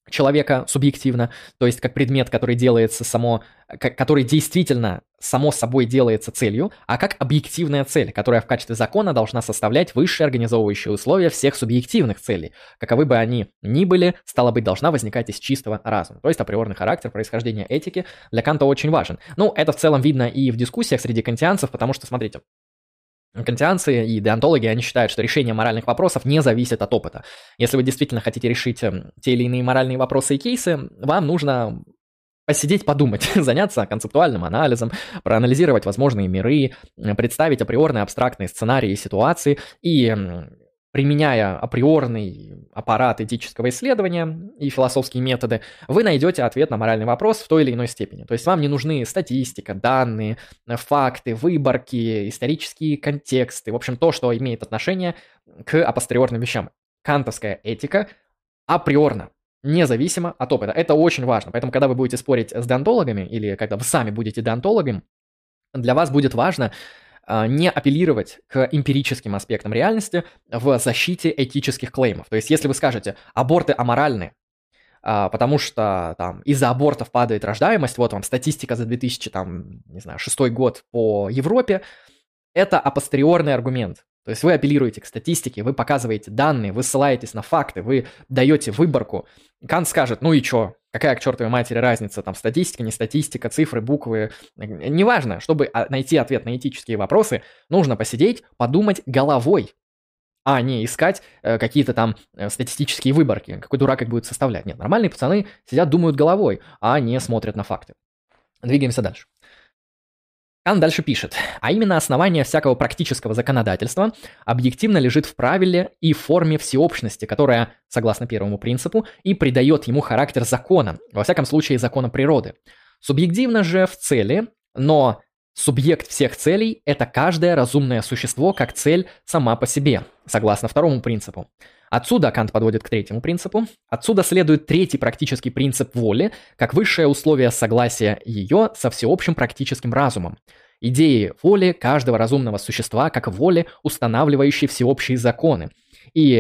человека субъективно, то есть как предмет, который делается который действительно само собой делается целью, а как объективная цель, которая в качестве закона должна составлять высшие организовывающие условия всех субъективных целей. Каковы бы они ни были, стало быть, должна возникать из чистого разума. То есть априорный характер происхождения этики для Канта очень важен. Ну, это в целом видно и в дискуссиях среди кантианцев, потому что, смотрите, кантианцы и деонтологи, они считают, что решение моральных вопросов не зависит от опыта. Если вы действительно хотите решить те или иные моральные вопросы и кейсы, вам нужно посидеть, подумать, заняться концептуальным анализом, проанализировать возможные миры, представить априорные абстрактные сценарии и ситуации и, применяя априорный аппарат этического исследования и философские методы, вы найдете ответ на моральный вопрос в той или иной степени. То есть вам не нужны статистика, данные, факты, выборки, исторические контексты, в общем, то, что имеет отношение к апостериорным вещам. Кантовская этика априорна, независимо от опыта. Это очень важно. Поэтому, когда вы будете спорить с деонтологами или когда вы сами будете деонтологом, для вас будет важно не апеллировать к эмпирическим аспектам реальности в защите этических клеймов. То есть, если вы скажете, аборты аморальны, потому что там из-за абортов падает рождаемость, вот вам статистика за 2006 год по Европе, это апостериорный аргумент. То есть вы апеллируете к статистике, вы показываете данные, вы ссылаетесь на факты, вы даете выборку. Кант скажет, ну и чё, какая к чертовой матери разница, там статистика, не статистика, цифры, буквы. Неважно, чтобы найти ответ на этические вопросы, нужно посидеть, подумать головой, а не искать какие-то там статистические выборки. Какой дурак их будет составлять. Нет, нормальные пацаны сидят, думают головой, а не смотрят на факты. Двигаемся дальше. Кант дальше пишет, а именно основание всякого практического законодательства объективно лежит в правиле и форме всеобщности, которая, согласно первому принципу, и придает ему характер закона, во всяком случае закона природы. Субъективно же в цели, но субъект всех целей – это каждое разумное существо как цель сама по себе, согласно второму принципу. Отсюда Кант подводит к третьему принципу. Отсюда следует третий практический принцип воли, как высшее условие согласия ее со всеобщим практическим разумом. Идеи воли каждого разумного существа как воли, устанавливающей всеобщие законы. И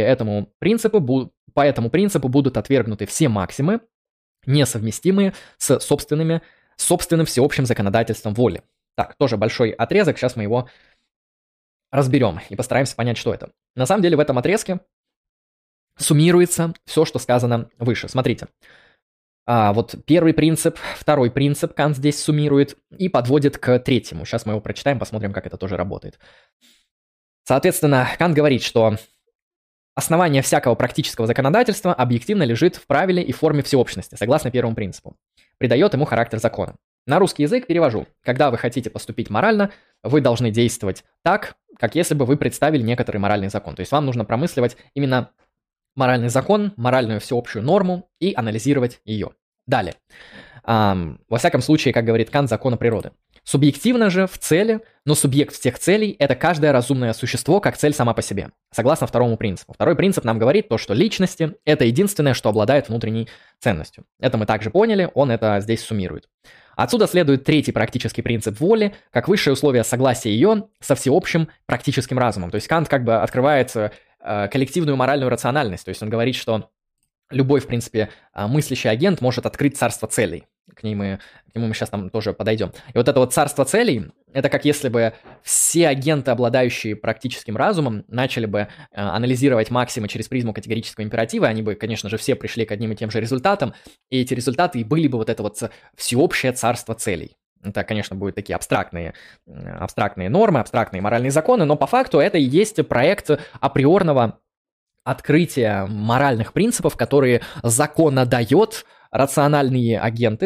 по этому принципу будут отвергнуты все максимы, несовместимые с собственным всеобщим законодательством воли. Так, тоже большой отрезок, сейчас мы его разберем и постараемся понять, что это. На самом деле в этом отрезке суммируется все, что сказано выше. Смотрите. Вот первый принцип, второй принцип Кант здесь суммирует и подводит к третьему. Сейчас мы его прочитаем, посмотрим, как это тоже работает. Соответственно, Кант говорит, что основание всякого практического законодательства объективно лежит в правиле и форме всеобщности, согласно первому принципу. Придает ему характер закона. На русский язык перевожу. Когда вы хотите поступить морально, вы должны действовать так, как если бы вы представили некоторый моральный закон. То есть вам нужно промысливать именно моральный закон, моральную всеобщую норму и анализировать ее. Далее. Во всяком случае, как говорит Кант, закона природы. Субъективно же в цели, но субъект всех целей – это каждое разумное существо как цель сама по себе, согласно второму принципу. Второй принцип нам говорит то, что личности – это единственное, что обладает внутренней ценностью. Это мы также поняли, он это здесь суммирует. Отсюда следует третий практический принцип воли, как высшее условие согласия ее со всеобщим практическим разумом. То есть Кант как бы открывает коллективную моральную рациональность. То есть он говорит, что любой, в принципе, мыслящий агент может открыть царство целей. К нему мы сейчас там тоже подойдем. И вот это вот царство целей, это как если бы все агенты, обладающие практическим разумом, начали бы анализировать максимы через призму категорического императива, они бы, конечно же, все пришли к одним и тем же результатам, и эти результаты и были бы вот это вот всеобщее царство целей. Это, конечно, будут такие абстрактные нормы, абстрактные моральные законы, но по факту это и есть проект априорного открытия моральных принципов, которые законодают рациональные агенты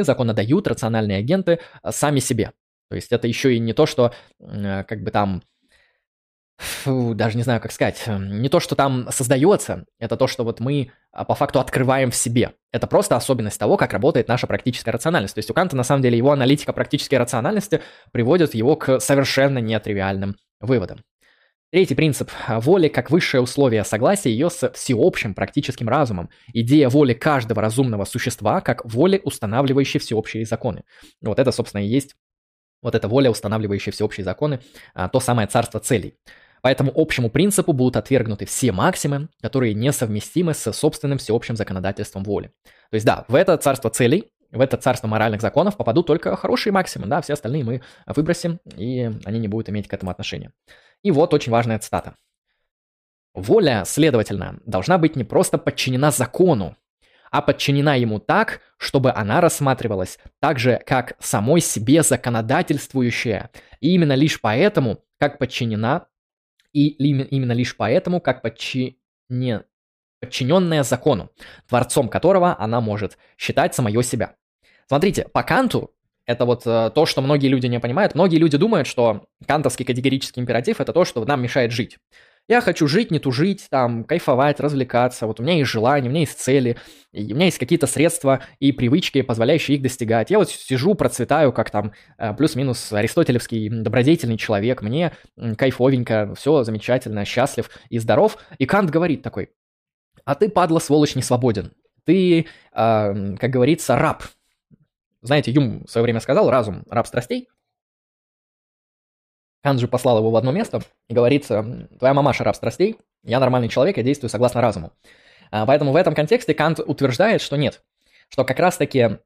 сами себе. То есть это еще и не то, что как бы там, даже не знаю, как сказать, не то, что там создается, это то, что вот мы по факту открываем в себе. Это просто особенность того, как работает наша практическая рациональность. То есть у Канта, на самом деле, его аналитика практической рациональности приводит его к совершенно нетривиальным выводам. Третий принцип воли как высшее условие согласия ее с всеобщим практическим разумом. Идея воли каждого разумного существа как воли, устанавливающей всеобщие законы. Вот это, собственно, и есть вот эта воля, устанавливающая всеобщие законы, то самое царство целей. По этому общему принципу будут отвергнуты все максимы, которые несовместимы с собственным всеобщим законодательством воли. То есть да, в это царство целей, в это царство моральных законов попадут только хорошие максимы, да, все остальные мы выбросим, и они не будут иметь к этому отношения. И вот очень важная цитата. Воля, следовательно, должна быть не просто подчинена закону, а подчинена ему так, чтобы она рассматривалась так же, как самой себе законодательствующая, и именно лишь поэтому, как подчинена, подчиненная закону, творцом которого она может считать самое себя. Смотрите, по Канту, это вот то, что многие люди не понимают. Многие люди думают, что кантовский категорический императив – это то, что нам мешает жить. Я хочу жить, не тужить, там, кайфовать, развлекаться. Вот у меня есть желания, у меня есть цели, и у меня есть какие-то средства и привычки, позволяющие их достигать. Я вот сижу, процветаю, как там плюс-минус аристотелевский добродетельный человек. Мне кайфовенько, все замечательно, счастлив и здоров. И Кант говорит такой: а ты, падла, сволочь, не свободен. Ты, как говорится, раб. Знаете, Юм в свое время сказал: разум – раб страстей. Кант же послал его в одно место и говорит: твоя мамаша раб страстей, я нормальный человек, я действую согласно разуму. Поэтому в этом контексте Кант утверждает, что нет, что как раз-таки,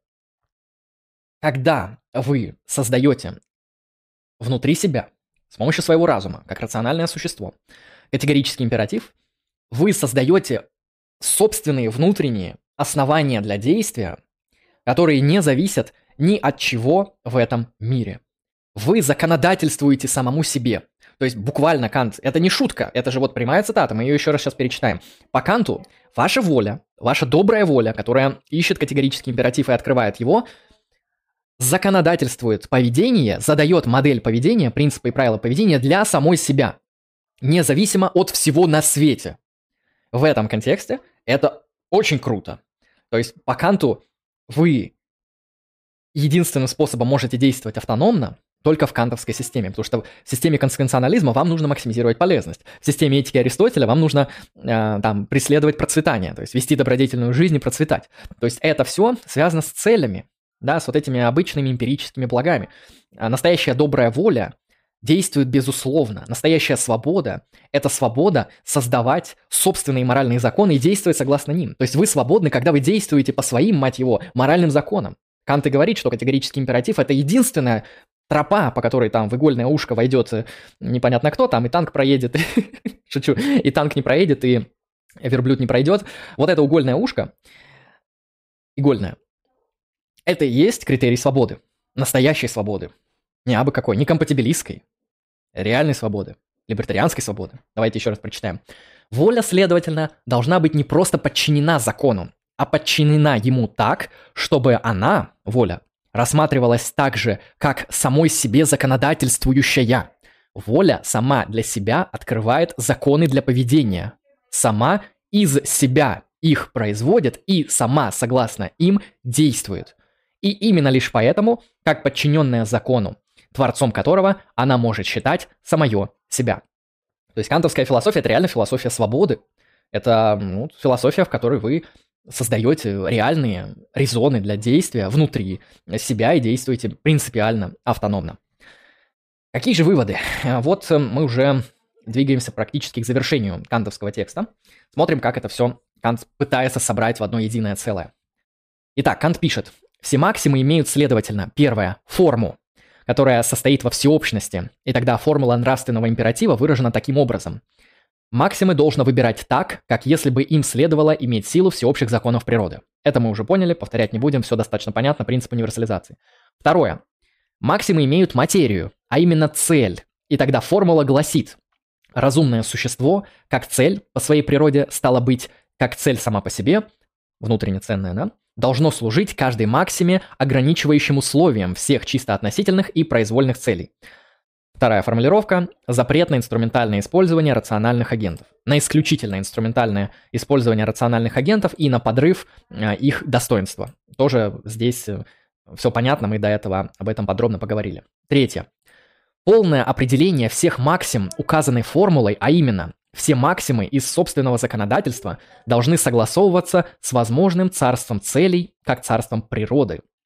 когда вы создаете внутри себя, с помощью своего разума, как рациональное существо, категорический императив, вы создаете собственные внутренние основания для действия, которые не зависят ни от чего в этом мире. Вы законодательствуете самому себе. То есть буквально Кант, это не шутка, это же вот прямая цитата, мы ее еще раз сейчас перечитаем. По Канту ваша воля, ваша добрая воля, которая ищет категорический императив и открывает его, законодательствует поведение, задает модель поведения, принципы и правила поведения для самой себя, независимо от всего на свете. В этом контексте это очень круто. То есть по Канту вы единственным способом можете действовать автономно только в кантовской системе, потому что в системе конституционализма вам нужно максимизировать полезность. В системе этики Аристотеля вам нужно преследовать процветание, то есть вести добродетельную жизнь и процветать. То есть это все связано с целями, да, с вот этими обычными эмпирическими благами. Настоящая добрая воля действует безусловно. Настоящая свобода – это свобода создавать собственные моральные законы и действовать согласно ним. То есть вы свободны, когда вы действуете по своим, мать его, моральным законам. Кант и говорит, что категорический императив – это единственная тропа, по которой там в игольное ушко войдет непонятно кто, там и танк проедет, шучу, и танк не проедет, и верблюд не пройдет. Вот это угольное ушко, игольное, это и есть критерий свободы, настоящей свободы. Не абы какой, не компатибилистской, реальной свободы, либертарианской свободы. Давайте еще раз прочитаем. Воля, следовательно, должна быть не просто подчинена закону, а подчинена ему так, чтобы она, воля, рассматривалась так же, как самой себе законодательствующая. Воля сама для себя открывает законы для поведения, сама из себя их производит и сама, согласно им, действует. И именно лишь поэтому, как подчиненная закону, творцом которого она может считать самое себя. То есть кантовская философия – это реально философия свободы. Это философия, в которой вы создаете реальные резоны для действия внутри себя и действуете принципиально автономно. Какие же выводы? Вот мы уже двигаемся практически к завершению кантовского текста. Смотрим, как это все Кант пытается собрать в одно единое целое. Итак, Кант пишет: все максимы имеют, следовательно, первое – форму, которая состоит во всеобщности, и тогда формула нравственного императива выражена таким образом. Максимы должно выбирать так, как если бы им следовало иметь силу всеобщих законов природы. Это мы уже поняли, повторять не будем, все достаточно понятно, принцип универсализации. Второе. Максимы имеют материю, а именно цель, и тогда формула гласит: разумное существо, как цель по своей природе, стало быть, как цель сама по себе, внутренне ценная, да, должно служить каждой максиме ограничивающим условием всех чисто относительных и произвольных целей. Вторая формулировка – запрет на инструментальное использование рациональных агентов, на исключительное инструментальное использование рациональных агентов и на подрыв их достоинства. Тоже здесь все понятно, мы до этого об этом подробно поговорили. Третье. Полное определение всех максим указанной формулой, а именно все максимы из собственного законодательства должны согласовываться с возможным царством целей, как царством природы.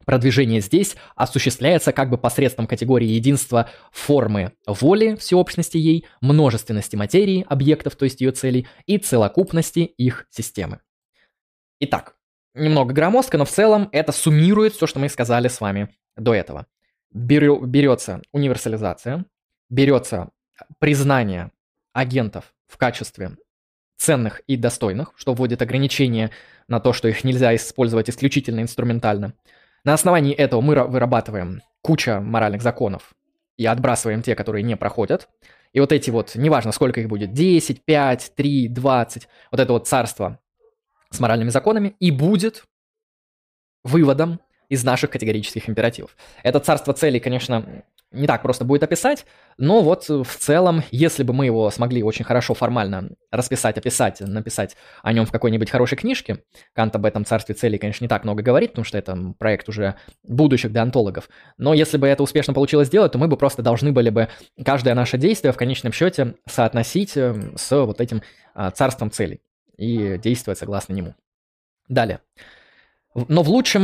продвижение здесь осуществляется как бы посредством категории единства формы воли, всеобщности ей, множественности материи, объектов, то есть ее целей, и целокупности их системы. Итак, немного громоздко, но в целом это суммирует все, что мы сказали с вами до этого. Берется универсализация, берется признание агентов в качестве ценных и достойных, что вводит ограничения на то, что их нельзя использовать исключительно инструментально. На основании этого мы вырабатываем кучу моральных законов и отбрасываем те, которые не проходят. И вот эти вот, неважно сколько их будет, 10, 5, 3, 20, вот это вот царство с моральными законами и будет выводом из наших категорических императивов. Это царство целей, конечно, не так просто будет описать, но вот в целом, если бы мы его смогли очень хорошо формально расписать, описать, написать о нем в какой-нибудь хорошей книжке, Кант об этом царстве целей, конечно, не так много говорит, потому что это проект уже будущих деонтологов, но если бы это успешно получилось сделать, то мы бы просто должны были бы каждое наше действие в конечном счете соотносить с вот этим царством целей и действовать согласно нему. Далее. Но в лучшем,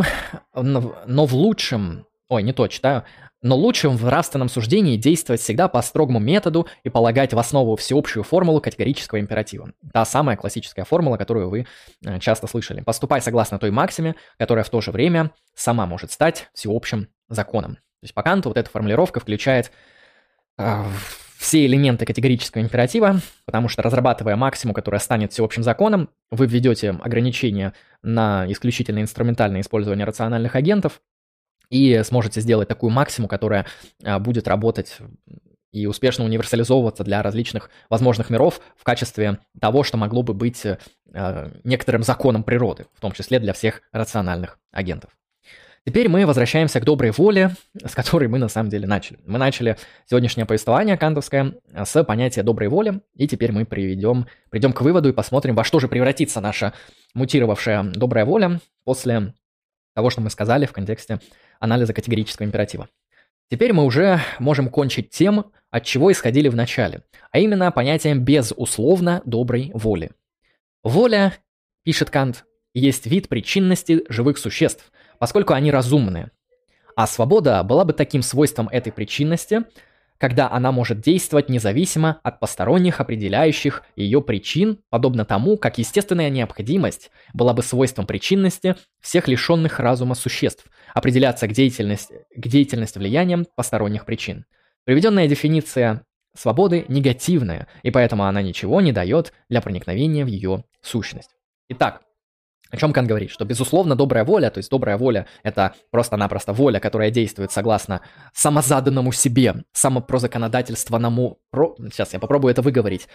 но лучшем в нравственном суждении действовать всегда по строгому методу и полагать в основу всеобщую формулу категорического императива. Та самая классическая формула, которую вы часто слышали. Поступай согласно той максиме, которая в то же время сама может стать всеобщим законом. То есть по Канту вот эта формулировка включает все элементы категорического императива, потому что, разрабатывая максимум, которая станет всеобщим законом, вы введете ограничения на исключительно инструментальное использование рациональных агентов и сможете сделать такую максимум, которая будет работать и успешно универсализовываться для различных возможных миров в качестве того, что могло бы быть некоторым законом природы, в том числе для всех рациональных агентов. Теперь мы возвращаемся к доброй воле, с которой мы на самом деле начали. Мы начали сегодняшнее повествование кантовское с понятия доброй воли, и теперь мы придем к выводу и посмотрим, во что же превратится наша мутировавшая добрая воля после того, что мы сказали в контексте анализа категорического императива. Теперь мы уже можем кончить тем, от чего исходили в начале, а именно понятием безусловно доброй воли. Воля, пишет Кант, есть вид причинности живых существ, поскольку они разумны. А свобода была бы таким свойством этой причинности, когда она может действовать независимо от посторонних определяющих ее причин, подобно тому, как естественная необходимость была бы свойством причинности всех лишенных разума существ, определяться к деятельности влиянием посторонних причин. Приведенная дефиниция свободы негативная, и поэтому она ничего не дает для проникновения в ее сущность. Итак, о чем Кант говорит? Что, безусловно, добрая воля, то есть добрая воля – это просто-напросто воля, которая действует согласно самозаданному себе, самопрозаконодательствованному… Сейчас я попробую это выговорить.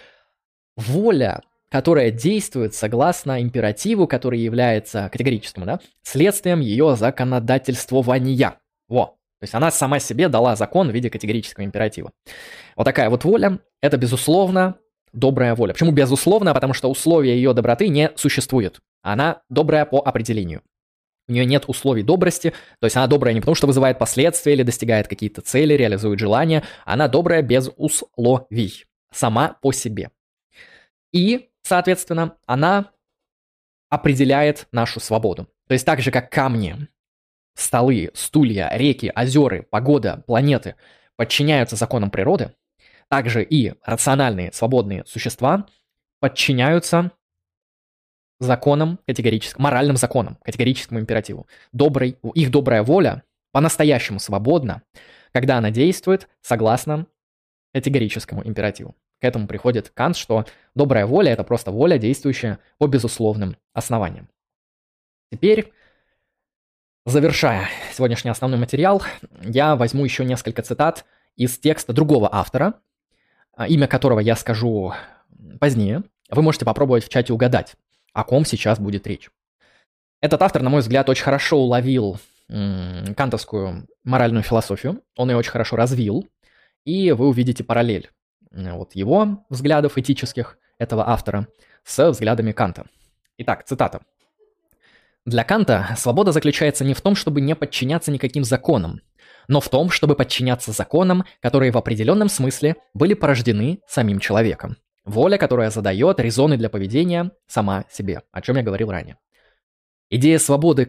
Воля, которая действует согласно императиву, который является категорическим, да, следствием ее законодательствования. Во. То есть она сама себе дала закон в виде категорического императива. Вот такая вот воля – это, безусловно, добрая воля. Почему безусловно? Потому что условия ее доброты не существует. Она добрая по определению. У нее нет условий добрости, то есть она добрая не потому, что вызывает последствия или достигает какие-то цели, реализует желания. Она добрая без условий, сама по себе. И, соответственно, она определяет нашу свободу. То есть так же, как камни, столы, стулья, реки, озера, погода, планеты подчиняются законам природы, также и рациональные свободные существа подчиняются законам категорическим, моральным законам, категорическому императиву. Их добрая воля по-настоящему свободна, когда она действует согласно категорическому императиву. К этому приходит Кант, что добрая воля – это просто воля, действующая по безусловным основаниям. Теперь, завершая сегодняшний основной материал, я возьму еще несколько цитат из текста другого автора, имя которого я скажу позднее. Вы можете попробовать в чате угадать, о ком сейчас будет речь. Этот автор, на мой взгляд, очень хорошо уловил кантовскую моральную философию, он ее очень хорошо развил, и вы увидите параллель вот его взглядов этических, этого автора, с взглядами Канта. Итак, цитата. «Для Канта свобода заключается не в том, чтобы не подчиняться никаким законам, но в том, чтобы подчиняться законам, которые в определенном смысле были порождены самим человеком. Воля, которая задает резоны для поведения сама себе, о чем я говорил ранее. Идея свободы как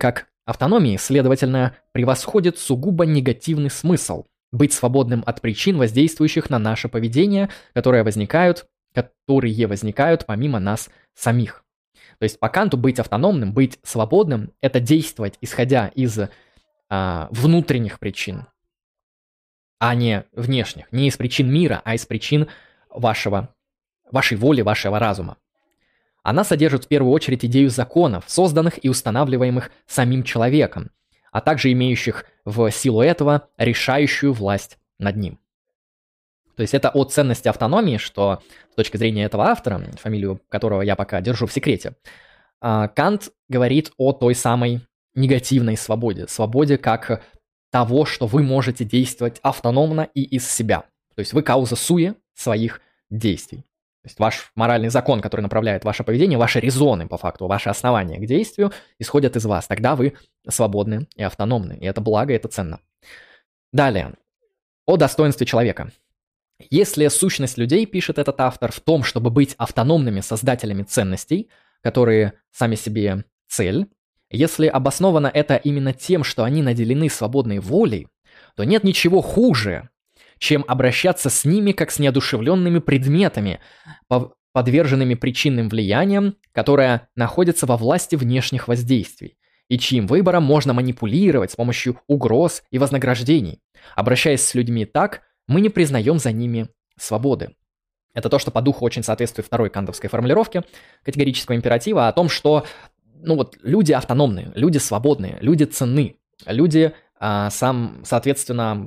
автономии, следовательно, превосходит сугубо негативный смысл – быть свободным от причин, воздействующих на наше поведение, которые возникают помимо нас самих. То есть по Канту быть автономным, быть свободным – это действовать, исходя из внутренних причин, а не внешних. Не из причин мира, а из причин вашей воли, вашего разума. Она содержит в первую очередь идею законов, созданных и устанавливаемых самим человеком, а также имеющих в силу этого решающую власть над ним. То есть это о ценности автономии, что с точки зрения этого автора, фамилию которого я пока держу в секрете, Кант говорит о той самой негативной свободе. Свободе как того, что вы можете действовать автономно и из себя. То есть вы кауза суе своих действий. То есть ваш моральный закон, который направляет ваше поведение, ваши резоны, по факту, ваши основания к действию, исходят из вас. Тогда вы свободны и автономны. И это благо, это ценно. Далее. О достоинстве человека. Если сущность людей, пишет этот автор, в том, чтобы быть автономными создателями ценностей, которые сами себе цель, если обосновано это именно тем, что они наделены свободной волей, то нет ничего хуже, чем обращаться с ними как с неодушевленными предметами, подверженными причинным влияниям, которое находится во власти внешних воздействий, и чьим выбором можно манипулировать с помощью угроз и вознаграждений. Обращаясь с людьми так, мы не признаем за ними свободы. Это то, что по духу очень соответствует второй кантовской формулировке категорического императива о том, что люди автономные, люди свободные, люди ценны, люди, соответственно,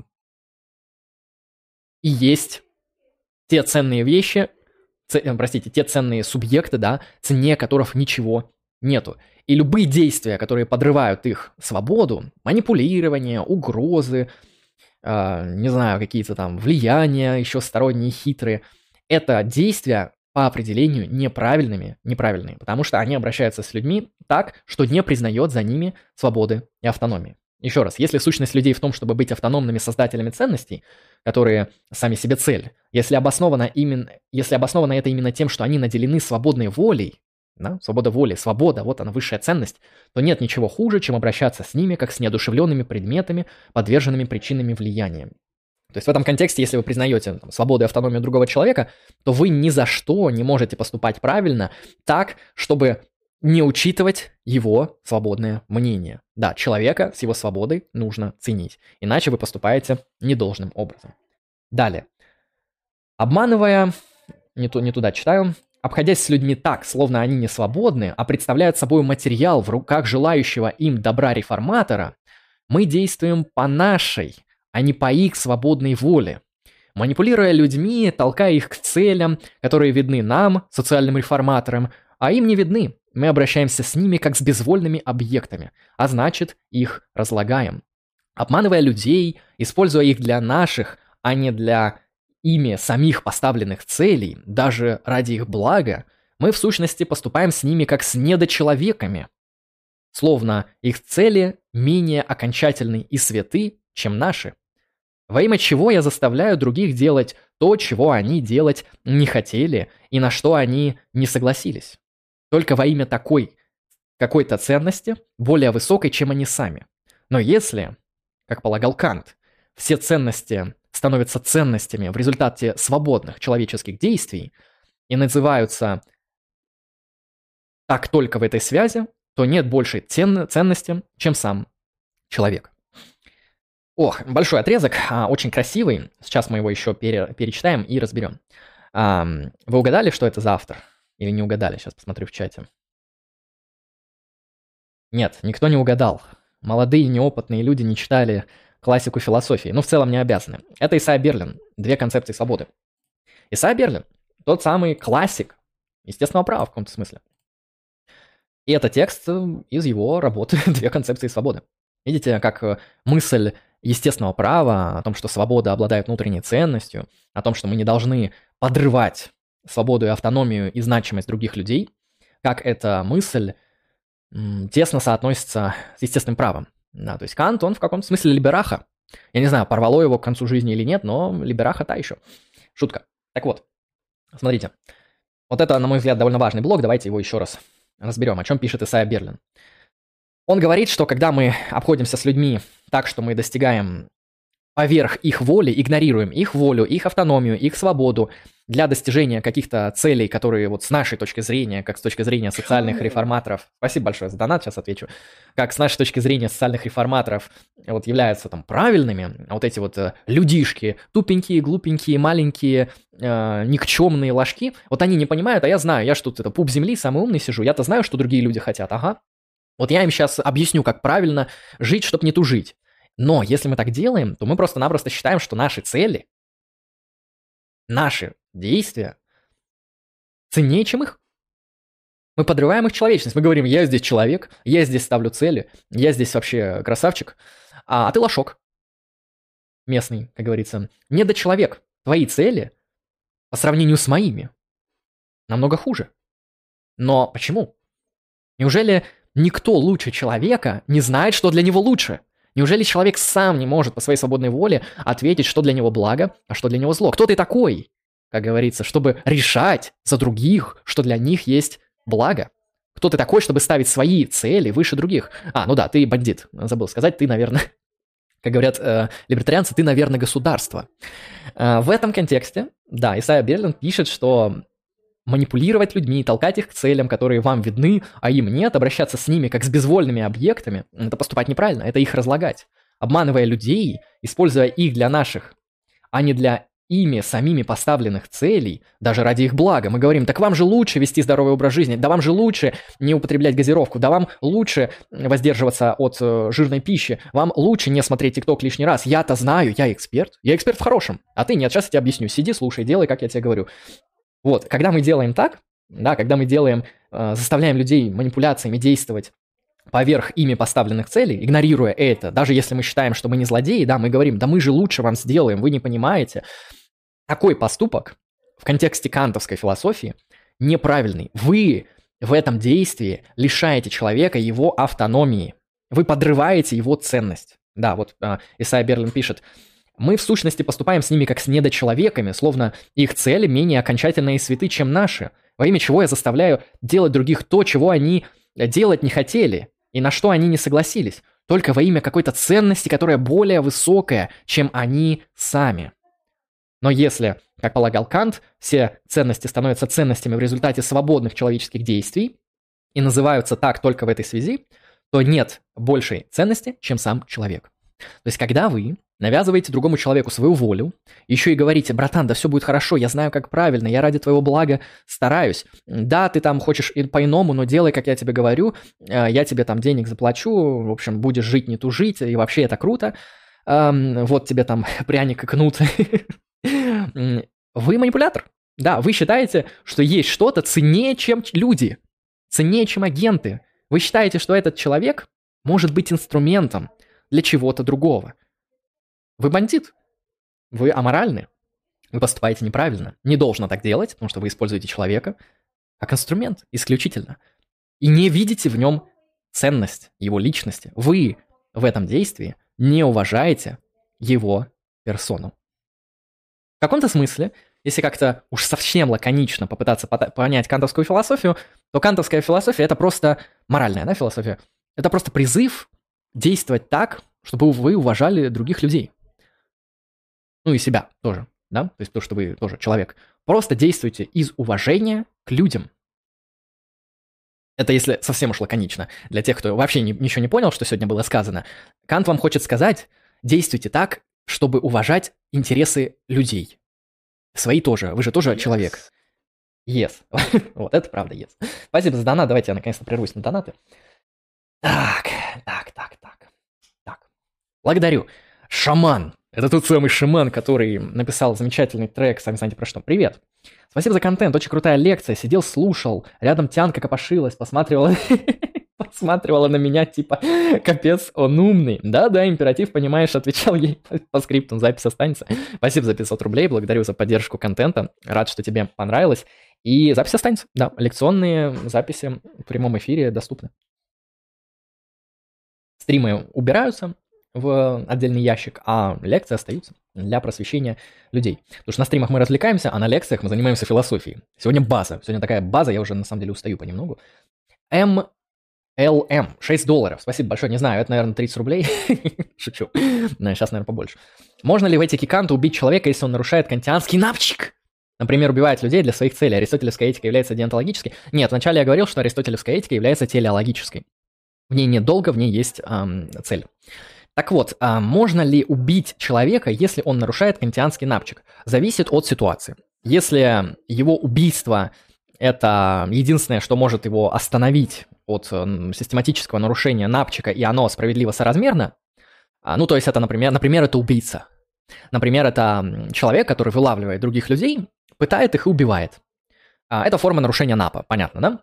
и есть те ценные вещи, те ценные субъекты, да, цене которых ничего нету. И любые действия, которые подрывают их свободу, манипулирование, угрозы, не знаю, какие-то там влияния, еще сторонние, хитрые, это действия по определению неправильные, потому что они обращаются с людьми так, что не признает за ними свободы и автономии. Еще раз, если сущность людей в том, чтобы быть автономными создателями ценностей, которые сами себе цель, если обосновано это именно тем, что они наделены свободной волей, да, свобода воли, свобода, вот она высшая ценность, то нет ничего хуже, чем обращаться с ними как с неодушевленными предметами, подверженными причинами влияния. То есть в этом контексте, если вы признаете свободу и автономию другого человека, то вы ни за что не можете поступать правильно так, чтобы не учитывать его свободное мнение. Да, человека с его свободой нужно ценить, иначе вы поступаете недолжным образом. Далее. Обманывая, не туда читаю, обходясь с людьми так, словно они не свободны, а представляют собой материал в руках желающего им добра реформатора, мы действуем по нашей, а не по их свободной воле. Манипулируя людьми, толкая их к целям, которые видны нам, социальным реформаторам, а им не видны. Мы обращаемся с ними как с безвольными объектами, а значит, их разлагаем. Обманывая людей, используя их для наших, а не для ими самих поставленных целей, даже ради их блага, мы в сущности поступаем с ними как с недочеловеками. Словно их цели менее окончательны и святы, чем наши. Во имя чего я заставляю других делать то, чего они делать не хотели и на что они не согласились. Только во имя такой какой-то ценности, более высокой, чем они сами. Но если, как полагал Кант, все ценности становятся ценностями в результате свободных человеческих действий и называются так только в этой связи, то нет большей ценности, чем сам человек. Ох, большой отрезок, очень красивый. Сейчас мы его еще перечитаем и разберем. Вы угадали, что это за автор? Или не угадали? Сейчас посмотрю в чате. Нет, никто не угадал. Молодые, неопытные люди не читали классику философии. Ну, в целом не обязаны. Это Исайя Берлин. «Две концепции свободы». Исайя Берлин. Тот самый классик естественного права в каком-то смысле. И это текст из его работы «Две концепции свободы». Видите, как мысль естественного права о том, что свобода обладает внутренней ценностью, о том, что мы не должны подрывать свободу и автономию и значимость других людей, как эта мысль тесно соотносится с естественным правом. Да, то есть Кант, он в каком-то смысле либераха. Я не знаю, порвало его к концу жизни или нет, но либераха та еще. Шутка. Так вот, смотрите. Вот это, на мой взгляд, довольно важный блок. Давайте его еще раз разберем. О чем пишет Исайя Берлин. Он говорит, что когда мы обходимся с людьми так, что мы достигаем поверх их воли, игнорируем их волю, их автономию, их свободу для достижения каких-то целей, которые вот с нашей точки зрения, как с точки зрения социальных реформаторов, спасибо большое за донат, сейчас отвечу, как с нашей точки зрения социальных реформаторов вот являются там правильными, а вот эти вот людишки, тупенькие, глупенькие, маленькие, никчемные ложки, вот они не понимают, а я знаю, я ж тут это пуп земли, самый умный сижу, я-то знаю, что другие люди хотят, ага. Вот я им сейчас объясню, как правильно жить, чтобы не тужить. Но если мы так делаем, то мы просто-напросто считаем, что наши цели, наши действия ценнее, чем их. Мы подрываем их человечность. Мы говорим, я здесь человек, я здесь ставлю цели, я здесь вообще красавчик, а ты лошок местный, как говорится. Недочеловек. Твои цели по сравнению с моими намного хуже. Но почему? Неужели никто лучше человека не знает, что для него лучше? Неужели человек сам не может по своей свободной воле ответить, что для него благо, а что для него зло? Кто ты такой, как говорится, чтобы решать за других, что для них есть благо? Кто ты такой, чтобы ставить свои цели выше других? Ну да, ты бандит, забыл сказать, ты, наверное, как говорят либертарианцы, ты, наверное, государство. В этом контексте, да, Исайя Берлин пишет, что манипулировать людьми, толкать их к целям, которые вам видны, а им нет, обращаться с ними как с безвольными объектами, это поступать неправильно, это их разлагать. Обманывая людей, используя их для наших, а не для ими самими поставленных целей, даже ради их блага. Мы говорим, так вам же лучше вести здоровый образ жизни, да вам же лучше не употреблять газировку, да вам лучше воздерживаться от жирной пищи, вам лучше не смотреть ТикТок лишний раз. Я-то знаю, я эксперт в хорошем, а ты нет, сейчас я тебе объясню, сиди, слушай, делай, как я тебе говорю. Вот, когда мы делаем так, да, когда мы заставляем людей манипуляциями действовать поверх ими поставленных целей, игнорируя это, даже если мы считаем, что мы не злодеи, да, мы говорим, да мы же лучше вам сделаем, вы не понимаете. Такой поступок в контексте кантовской философии неправильный. Вы в этом действии лишаете человека его автономии. Вы подрываете его ценность. Да, вот Исайя Берлин пишет, мы в сущности поступаем с ними как с недочеловеками, словно их цели менее окончательные и святы, чем наши, во имя чего я заставляю делать других то, чего они делать не хотели, и на что они не согласились, только во имя какой-то ценности, которая более высокая, чем они сами. Но если, как полагал Кант, все ценности становятся ценностями в результате свободных человеческих действий и называются так только в этой связи, то нет большей ценности, чем сам человек. То есть, когда вы навязываете другому человеку свою волю, еще и говорите, братан, да все будет хорошо, я знаю, как правильно, я ради твоего блага стараюсь. Да, ты там хочешь по-иному, но делай, как я тебе говорю, я тебе там денег заплачу, в общем, будешь жить, не тужить, и вообще это круто. Вот тебе там пряник и кнут. Вы манипулятор. Да, вы считаете, что есть что-то ценнее, чем люди, ценнее, чем агенты. Вы считаете, что этот человек может быть инструментом для чего-то другого. Вы бандит. Вы аморальны. Вы поступаете неправильно. Не должно так делать, потому что вы используете человека как инструмент исключительно. И не видите в нем ценность его личности. Вы в этом действии не уважаете его персону. В каком-то смысле, если как-то уж совсем лаконично попытаться понять кантовскую философию, то кантовская философия – это просто моральная, да, философия. Это просто призыв действовать так, чтобы вы уважали других людей. Ну и себя тоже, да, то есть то, что вы тоже человек. Просто действуйте из уважения к людям. Это если совсем уж лаконично. Для тех, кто вообще ничего не понял, что сегодня было сказано, Кант вам хочет сказать, действуйте так, чтобы уважать интересы людей. Свои тоже, вы же тоже человек. Yes. Вот, это правда yes. Спасибо за донат, давайте я наконец-то прервусь на донаты. Так. Благодарю. Шаман. Это тот самый шаман, который написал замечательный трек, сами знаете про что. Привет. Спасибо за контент, очень крутая лекция. Сидел, слушал. Рядом Тянка копошилась, посматривала на меня, типа, капец, он умный. Да, императив, понимаешь, отвечал ей по скриптам, запись останется. Спасибо за 500 рублей, благодарю за поддержку контента. Рад, что тебе понравилось. И запись останется. Да, лекционные записи в прямом эфире доступны. Стримы убираются в отдельный ящик, а лекции остаются для просвещения людей. Потому что на стримах мы развлекаемся, а на лекциях мы занимаемся философией. Сегодня база. Сегодня такая база, я уже на самом деле устаю понемногу. LM, $6. Спасибо большое, не знаю, это, наверное, 30 рублей. Шучу. Сейчас, наверное, побольше. Можно ли в этике Канта убить человека, если он нарушает кантианский навчик? Например, убивает людей для своих целей. Аристотелевская этика является деонтологической? Нет, вначале я говорил, что аристотелевская этика является телеологической. В ней нет долга, в ней есть цель. Так вот, можно ли убить человека, если он нарушает кантианский навчик? Зависит от ситуации. Если его убийство – это единственное, что может его остановить от систематического нарушения навчика, и оно справедливо соразмерно, ну, то есть это, например, это убийца. Например, это человек, который вылавливает других людей, пытает их и убивает. Это форма нарушения НАПа, понятно, да?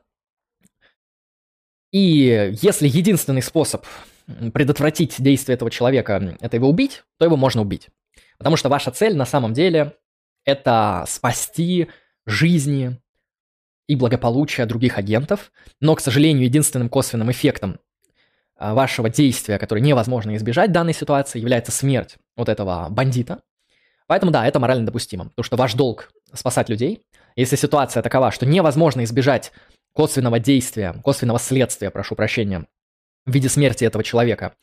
И если единственный способ предотвратить действие этого человека – это его убить, то его можно убить. Потому что ваша цель на самом деле – это спасти жизни и благополучие других агентов, но, к сожалению, единственным косвенным эффектом вашего действия, который невозможно избежать в данной ситуации, является смерть вот этого бандита. Поэтому да, это морально допустимо, потому что ваш долг – спасать людей. Если ситуация такова, что невозможно избежать косвенного действия, косвенного следствия, прошу прощения, в виде смерти этого человека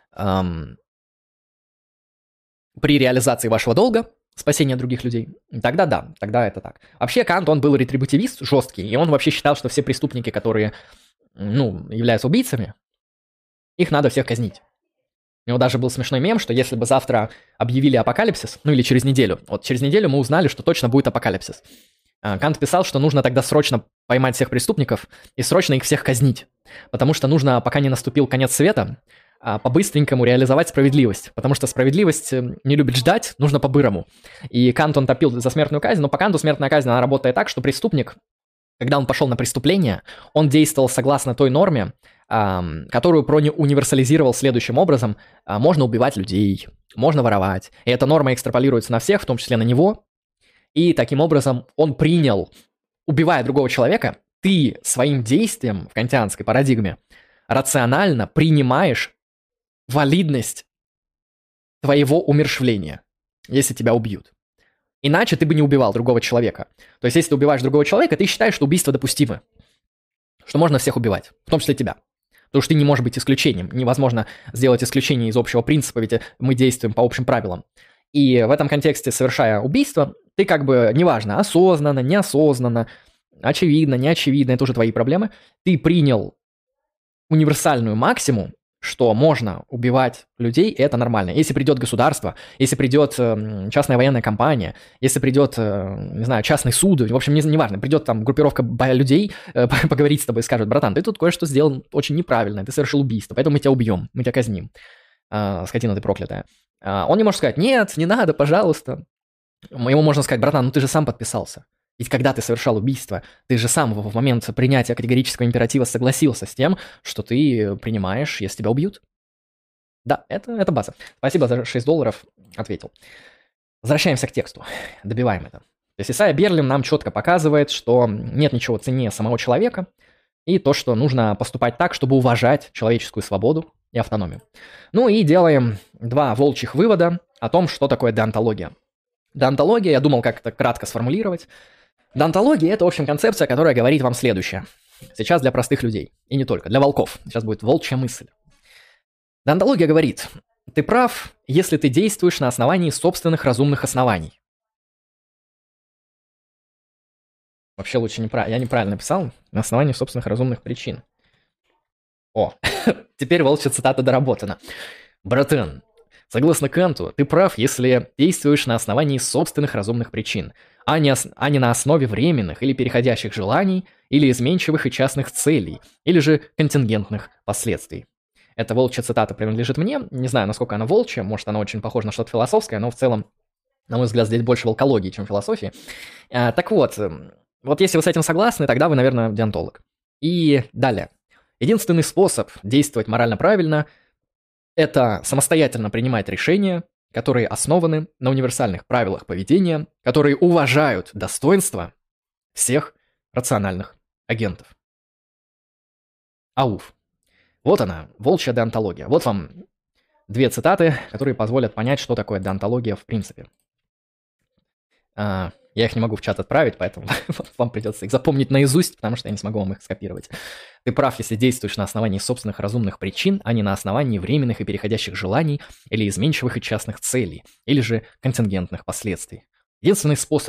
при реализации вашего долга, спасения других людей, тогда да, тогда это так. Вообще Кант, он был ретрибутивист жесткий, и он вообще считал, что все преступники, которые, являются убийцами, их надо всех казнить. У него даже был смешной мем, что если бы завтра объявили апокалипсис, или через неделю, вот через неделю мы узнали, что точно будет апокалипсис. Кант писал, что нужно тогда срочно поймать всех преступников и срочно их всех казнить, потому что нужно, пока не наступил конец света, по-быстренькому реализовать справедливость, потому что справедливость не любит ждать, нужно по-бырому. И Кант, он топил за смертную казнь, но по Канту смертная казнь, она работает так, что преступник, когда он пошел на преступление, он действовал согласно той норме, которую универсализировал следующим образом: можно убивать людей, можно воровать, и эта норма экстраполируется на всех, в том числе на него, и таким образом он принял, убивая другого человека, ты своим действием в кантианской парадигме рационально принимаешь валидность твоего умерщвления, если тебя убьют. Иначе ты бы не убивал другого человека. То есть, если ты убиваешь другого человека, ты считаешь, что убийство допустимо, что можно всех убивать, в том числе тебя. Потому что ты не можешь быть исключением. Невозможно сделать исключение из общего принципа, ведь мы действуем по общим правилам. И в этом контексте, совершая убийство, ты неважно, осознанно, неосознанно, очевидно, неочевидно, это уже твои проблемы, ты принял универсальную максимум, что можно убивать людей, и это нормально. Если придет государство, если придет частная военная компания, если придет, частный суд, в общем, неважно, придет там группировка людей поговорить с тобой и скажут: братан, ты тут кое-что сделал очень неправильно, ты совершил убийство, поэтому мы тебя убьем, мы тебя казним. Скотина ты проклятая. Он не может сказать: нет, не надо, пожалуйста. Ему можно сказать: братан, ты же сам подписался. Ведь когда ты совершал убийство, ты же сам в момент принятия категорического императива согласился с тем, что ты принимаешь, если тебя убьют. Да, это база. Спасибо за $6, ответил. Возвращаемся к тексту. Добиваем это. То есть Исайя Берлин нам четко показывает, что нет ничего ценнее самого человека, и то, что нужно поступать так, чтобы уважать человеческую свободу и автономию. И делаем 2 волчьих вывода о том, что такое деонтология. Деонтология, я думал, как это кратко сформулировать. Деонтология – это, в общем, концепция, которая говорит вам следующее. Сейчас для простых людей, и не только, для волков. Сейчас будет волчья мысль. Деонтология говорит: ты прав, если ты действуешь на основании собственных разумных оснований. Вообще лучше я неправильно написал, на основании собственных разумных причин. Теперь волчья цитата доработана. Братан, согласно Канту, ты прав, если действуешь на основании собственных разумных причин, а не на основе временных или переходящих желаний, или изменчивых и частных целей, или же контингентных последствий. Эта волчья цитата принадлежит мне. Не знаю, насколько она волчья, может, она очень похожа на что-то философское, но в целом, на мой взгляд, здесь больше волкологии, чем философии. Так вот если вы с этим согласны, тогда вы, наверное, деонтолог. И далее. Единственный способ действовать морально правильно – это самостоятельно принимать решения, которые основаны на универсальных правилах поведения, которые уважают достоинства всех рациональных агентов. Ауф. Вот она, волчья деонтология. Вот вам 2 цитаты, которые позволят понять, что такое деонтология в принципе. Я их не могу в чат отправить, поэтому вам придется их запомнить наизусть, потому что я не смогу вам их скопировать. Ты прав, если действуешь на основании собственных разумных причин, а не на основании временных и переходящих желаний или изменчивых и частных целей, или же контингентных последствий. Единственный способ